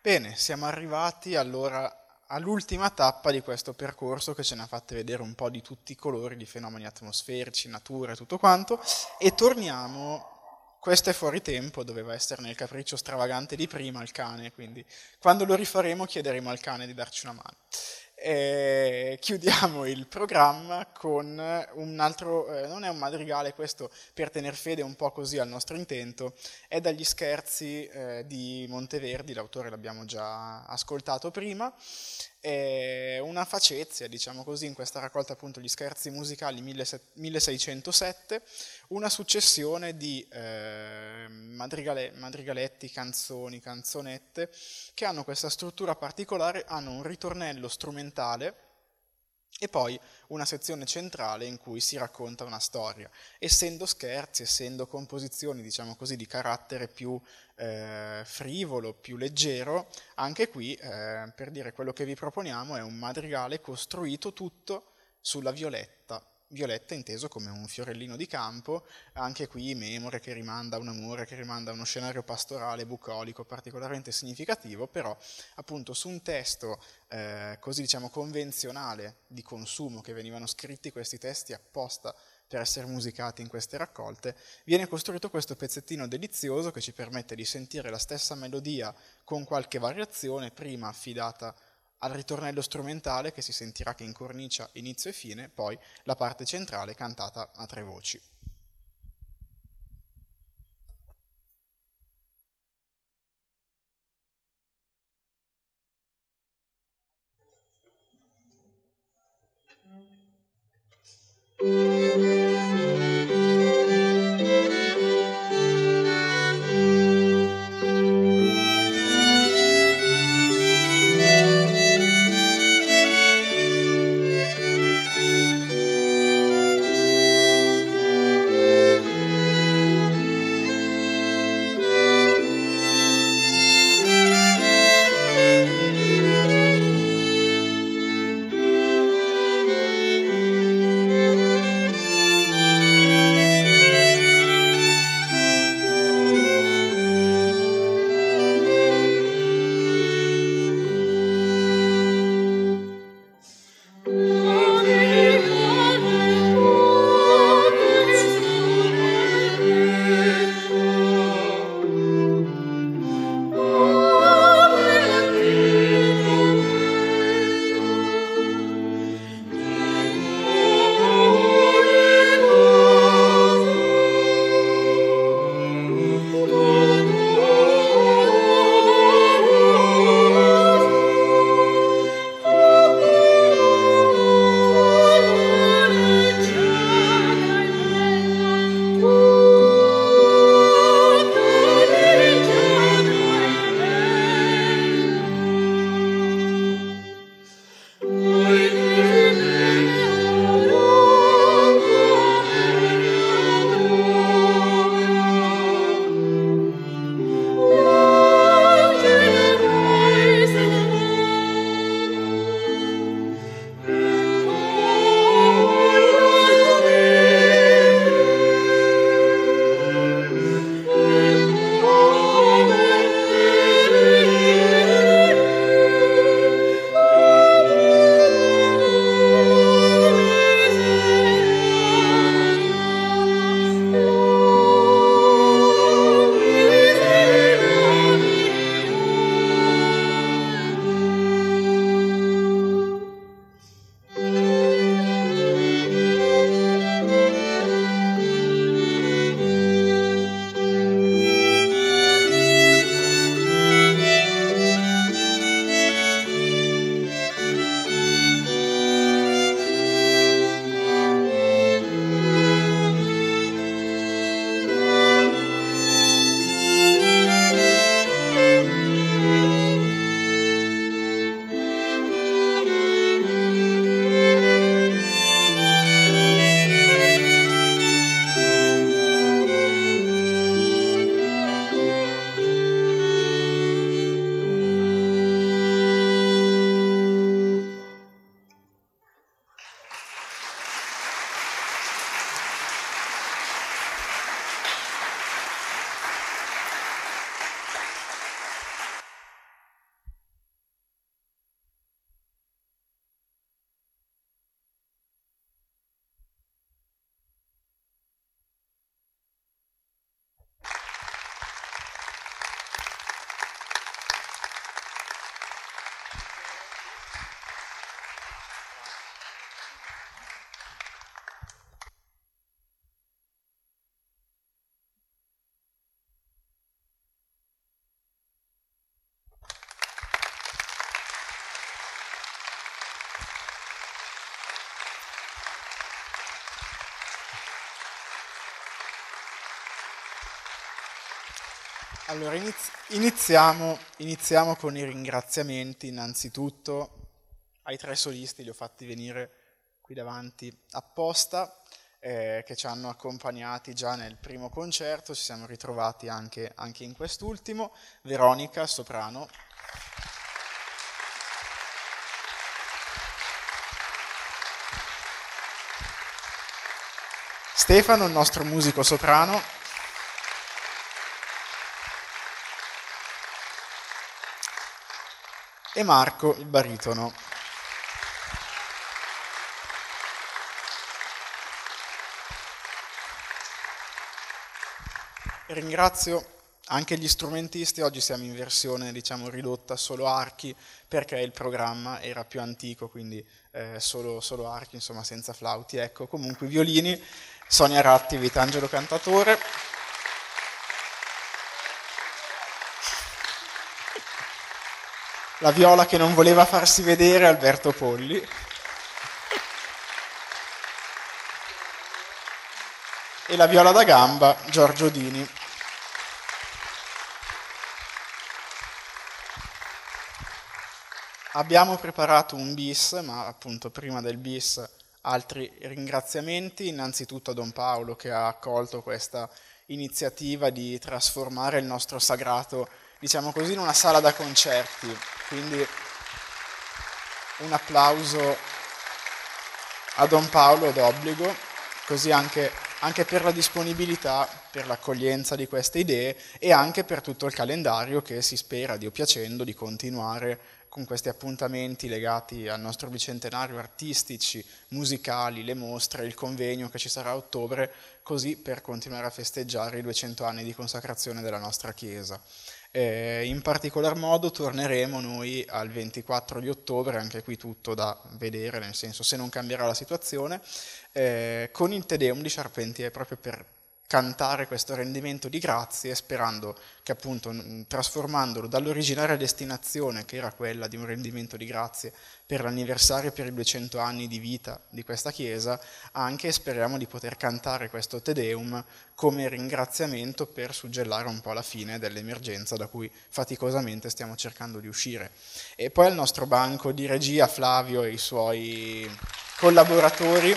Bene, siamo arrivati allora all'ultima tappa di questo percorso che ce ne ha fatte vedere un po' di tutti i colori, di fenomeni atmosferici, natura e tutto quanto, e torniamo, questo è fuori tempo, doveva essere nel capriccio stravagante di prima il cane, quindi quando lo rifaremo chiederemo al cane di darci una mano. Chiudiamo il programma con un altro, non è un madrigale, questo per tener fede un po' così al nostro intento, è dagli scherzi di Monteverdi, l'autore l'abbiamo già ascoltato prima, è una facezia, diciamo così, in questa raccolta appunto gli scherzi musicali 1607, una successione di madrigaletti, canzoni, canzonette che hanno questa struttura particolare, hanno un ritornello strumentale e poi una sezione centrale in cui si racconta una storia. Essendo scherzi, essendo composizioni, diciamo così, di carattere più frivolo, più leggero, anche qui, per dire quello che vi proponiamo, è un madrigale costruito tutto sulla violetta. Violetta inteso come un fiorellino di campo, anche qui memore che rimanda a un amore, che rimanda a uno scenario pastorale, bucolico, particolarmente significativo, però appunto su un testo così diciamo convenzionale di consumo, che venivano scritti questi testi apposta per essere musicati in queste raccolte, viene costruito questo pezzettino delizioso che ci permette di sentire la stessa melodia con qualche variazione, prima affidata al ritornello strumentale che si sentirà che incornicia inizio e fine, poi la parte centrale cantata a tre voci. Allora, iniziamo con i ringraziamenti innanzitutto ai 3 solisti, li ho fatti venire qui davanti apposta, che ci hanno accompagnati già nel primo concerto, ci siamo ritrovati anche in quest'ultimo. Veronica, soprano. Stefano, il nostro musico soprano. E Marco, il baritono. Ringrazio anche gli strumentisti, oggi siamo in versione diciamo ridotta solo archi perché il programma era più antico, quindi solo archi, insomma senza flauti. Ecco, comunque i violini, Sonia Ratti, Vitangelo cantatore. La viola che non voleva farsi vedere, Alberto Polli. E la viola da gamba, Giorgio Dini. Abbiamo preparato un bis, ma appunto prima del bis altri ringraziamenti, innanzitutto a Don Paolo che ha accolto questa iniziativa di trasformare il nostro sagrato, diciamo così, in una sala da concerti, quindi un applauso a Don Paolo d'obbligo, così anche per la disponibilità, per l'accoglienza di queste idee e anche per tutto il calendario che si spera, Dio piacendo, di continuare con questi appuntamenti legati al nostro bicentenario, artistici, musicali, le mostre, il convegno che ci sarà a ottobre, così per continuare a festeggiare i 200 anni di consacrazione della nostra Chiesa. In particolar modo torneremo noi al 24 di ottobre, anche qui tutto da vedere, nel senso se non cambierà la situazione, con il Te Deum di Charpentier, proprio per cantare questo rendimento di grazie, sperando che appunto trasformandolo dall'originaria destinazione, che era quella di un rendimento di grazie per l'anniversario e per i 200 anni di vita di questa Chiesa, anche speriamo di poter cantare questo Te Deum come ringraziamento per suggellare un po' la fine dell'emergenza da cui faticosamente stiamo cercando di uscire. E poi al nostro banco di regia Flavio e i suoi collaboratori,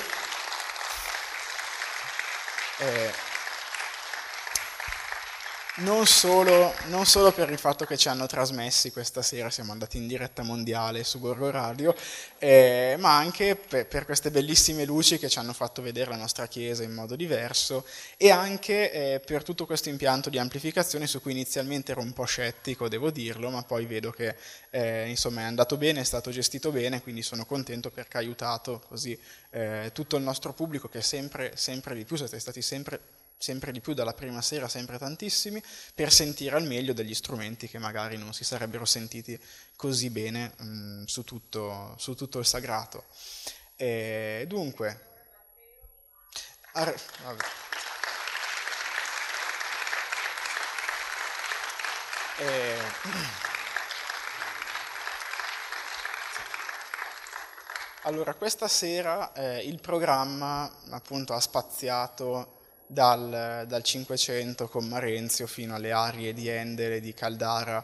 non solo per il fatto che ci hanno trasmessi questa sera, siamo andati in diretta mondiale su Gorgo Radio, ma anche per queste bellissime luci che ci hanno fatto vedere la nostra chiesa in modo diverso e anche per tutto questo impianto di amplificazione su cui inizialmente ero un po' scettico, devo dirlo, ma poi vedo che insomma è andato bene, è stato gestito bene, quindi sono contento perché ha aiutato così tutto il nostro pubblico che sempre di più, siete stati sempre di più dalla prima sera, sempre tantissimi, per sentire al meglio degli strumenti che magari non si sarebbero sentiti così bene su tutto il sagrato. Dunque, allora, questa sera il programma appunto ha spaziato dal Cinquecento con Marenzio fino alle arie di Endele, di Caldara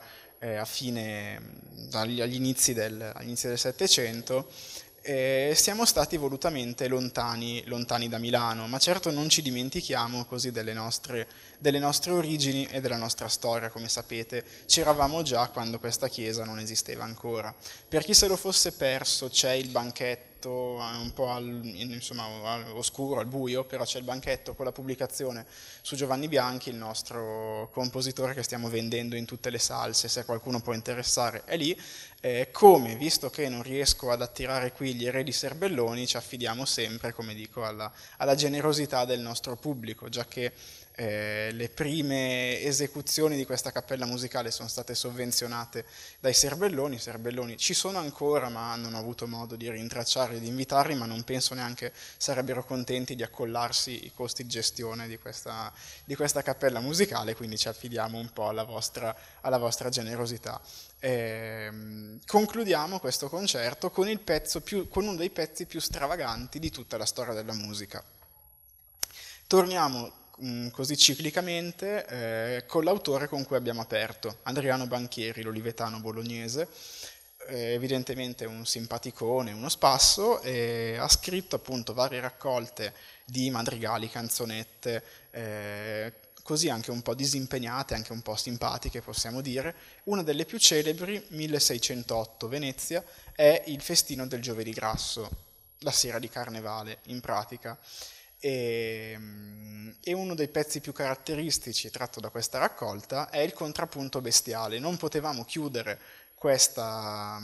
agli inizi del Settecento. Siamo stati volutamente lontani da Milano, ma certo non ci dimentichiamo così delle nostre origini e della nostra storia. Come sapete, c'eravamo già quando questa chiesa non esisteva ancora. Per chi se lo fosse perso, c'è il banchetto un po' oscuro, al buio, però c'è il banchetto con la pubblicazione su Giovanni Bianchi, il nostro compositore che stiamo vendendo in tutte le salse, se qualcuno può interessare è lì. Come, visto che non riesco ad attirare qui gli eredi serbelloni, ci affidiamo sempre, come dico, alla generosità del nostro pubblico, già che le prime esecuzioni di questa cappella musicale sono state sovvenzionate dai serbelloni. I serbelloni ci sono ancora, ma non ho avuto modo di rintracciarli, di invitarli, ma non penso neanche sarebbero contenti di accollarsi i costi di gestione di questa cappella musicale, quindi ci affidiamo un po' alla vostra generosità. Concludiamo questo concerto con uno dei pezzi più stravaganti di tutta la storia della musica. Torniamo così ciclicamente con l'autore con cui abbiamo aperto, Adriano Banchieri, l'olivetano bolognese, evidentemente un simpaticone, uno spasso, e ha scritto appunto varie raccolte di madrigali, canzonette, così anche un po' disimpegnate, anche un po' simpatiche possiamo dire. Una delle più celebri, 1608, Venezia, è il Festino del Giovedì Grasso, la sera di Carnevale in pratica. E uno dei pezzi più caratteristici tratto da questa raccolta è il contrappunto bestiale. Non potevamo chiudere questa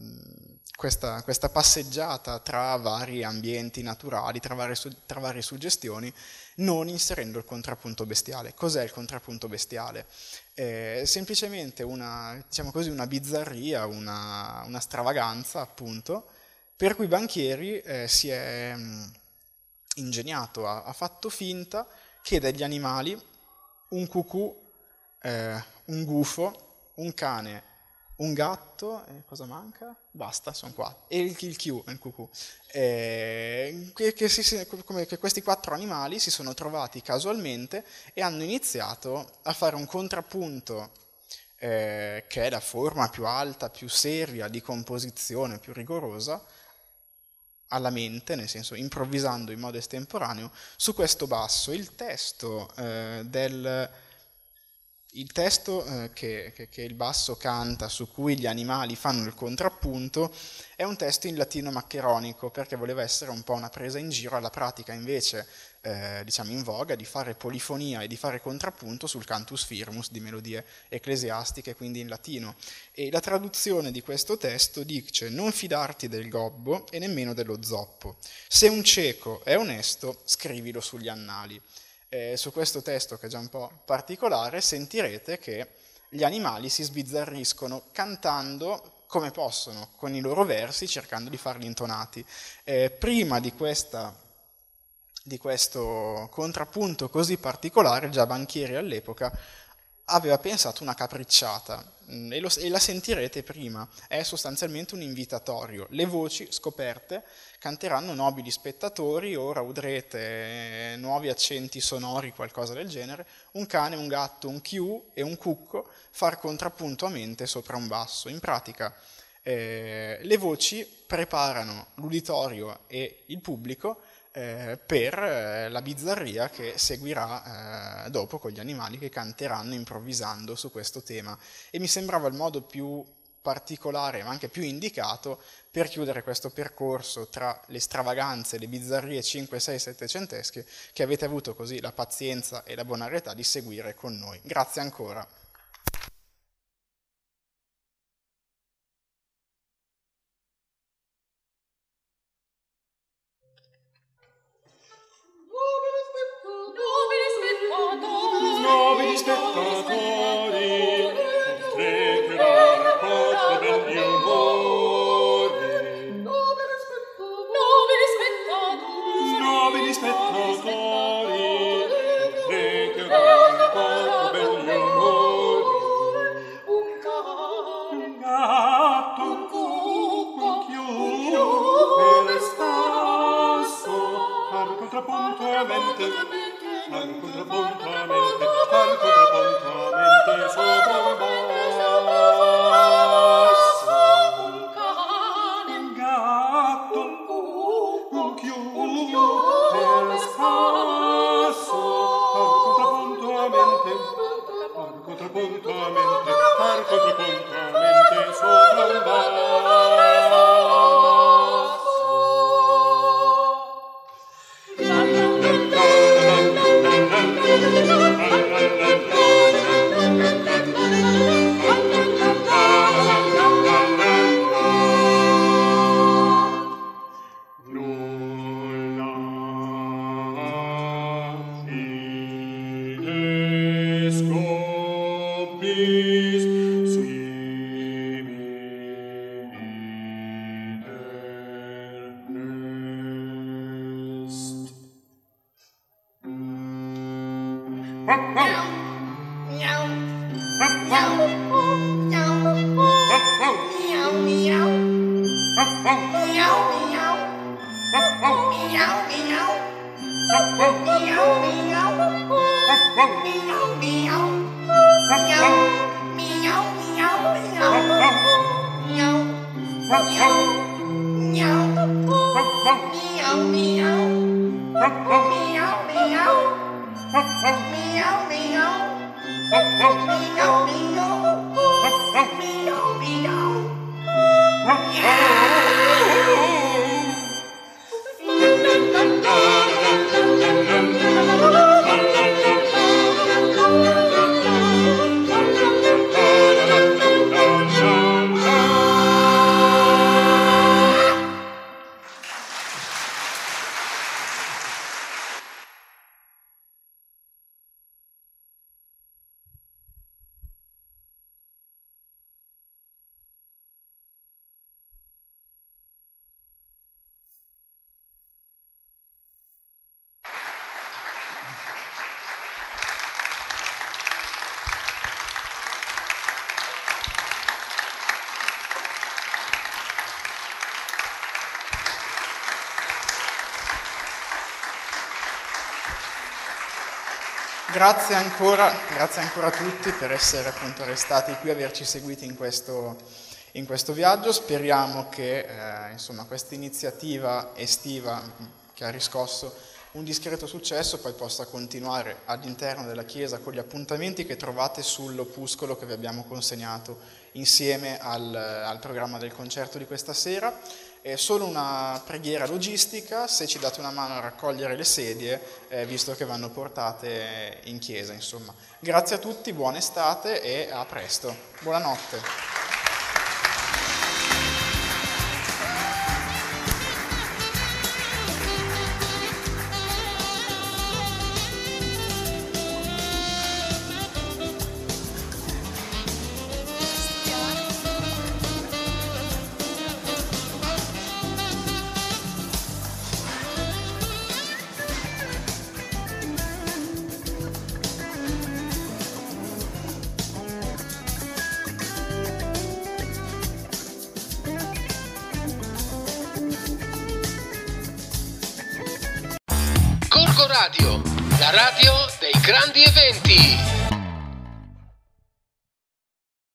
passeggiata tra vari ambienti naturali, tra varie suggestioni, non inserendo il contrappunto bestiale. Cos'è il contrappunto bestiale? Semplicemente diciamo così, una bizzarria, una stravaganza, appunto, per cui Banchieri si è ingegnato, ha fatto finta che degli animali, un cucù, un gufo, un cane, un gatto, cosa manca? Basta, sono qua. E il cucù. Che questi 4 animali si sono trovati casualmente e hanno iniziato a fare un contrappunto che è la forma più alta, più seria, di composizione più rigorosa, alla mente, nel senso improvvisando in modo estemporaneo, su questo basso. Il testo che il basso canta, su cui gli animali fanno il contrappunto, è un testo in latino maccheronico, perché voleva essere un po' una presa in giro alla pratica invece diciamo in voga di fare polifonia e di fare contrappunto sul cantus firmus di melodie ecclesiastiche, quindi in latino. E la traduzione di questo testo dice: non fidarti del gobbo e nemmeno dello zoppo, se un cieco è onesto scrivilo sugli annali. Su questo testo, che è già un po' particolare, sentirete che gli animali si sbizzarriscono cantando come possono, con i loro versi, cercando di farli intonati. Prima di questo contrappunto così particolare, già Banchieri all'epoca aveva pensato una capricciata, e la sentirete prima. È sostanzialmente un invitatorio. Le voci scoperte canteranno nobili spettatori, ora udrete nuovi accenti sonori, qualcosa del genere, un cane, un gatto, un chiù e un cucco far contrappunto a mente sopra un basso. In pratica le voci preparano l'uditorio e il pubblico per la bizzarria che seguirà dopo, con gli animali che canteranno improvvisando su questo tema. E mi sembrava il modo più particolare, ma anche più indicato, per chiudere questo percorso tra le stravaganze, le bizzarrie 5, 6, 700esche che avete avuto così la pazienza e la bonarietà di seguire con noi. Grazie ancora. Nobili spettatori, potrete dare quattro belli umori. Nobili spettatori, potrete dare quattro belli umori. Un gatto, un cucco, un chiù, e le spasso, al contrappunto a mente, al contrappunto a mente, al contrappunto a mente sopra un basso. Un gatto, un chiù, e le spasso, al contrappunto a mente, al contrappunto a mente, al contrappunto a mente sopra un basso. Miau, miau. Grazie ancora a tutti per essere appunto restati qui, averci seguiti in questo viaggio. Speriamo che questa iniziativa estiva che ha riscosso un discreto successo poi possa continuare all'interno della chiesa con gli appuntamenti che trovate sull'opuscolo che vi abbiamo consegnato insieme al programma del concerto di questa sera. È solo una preghiera logistica, se ci date una mano a raccogliere le sedie, visto che vanno portate in chiesa, insomma. Grazie a tutti, buona estate e a presto. Buonanotte. Gorgo Radio, la radio dei grandi eventi.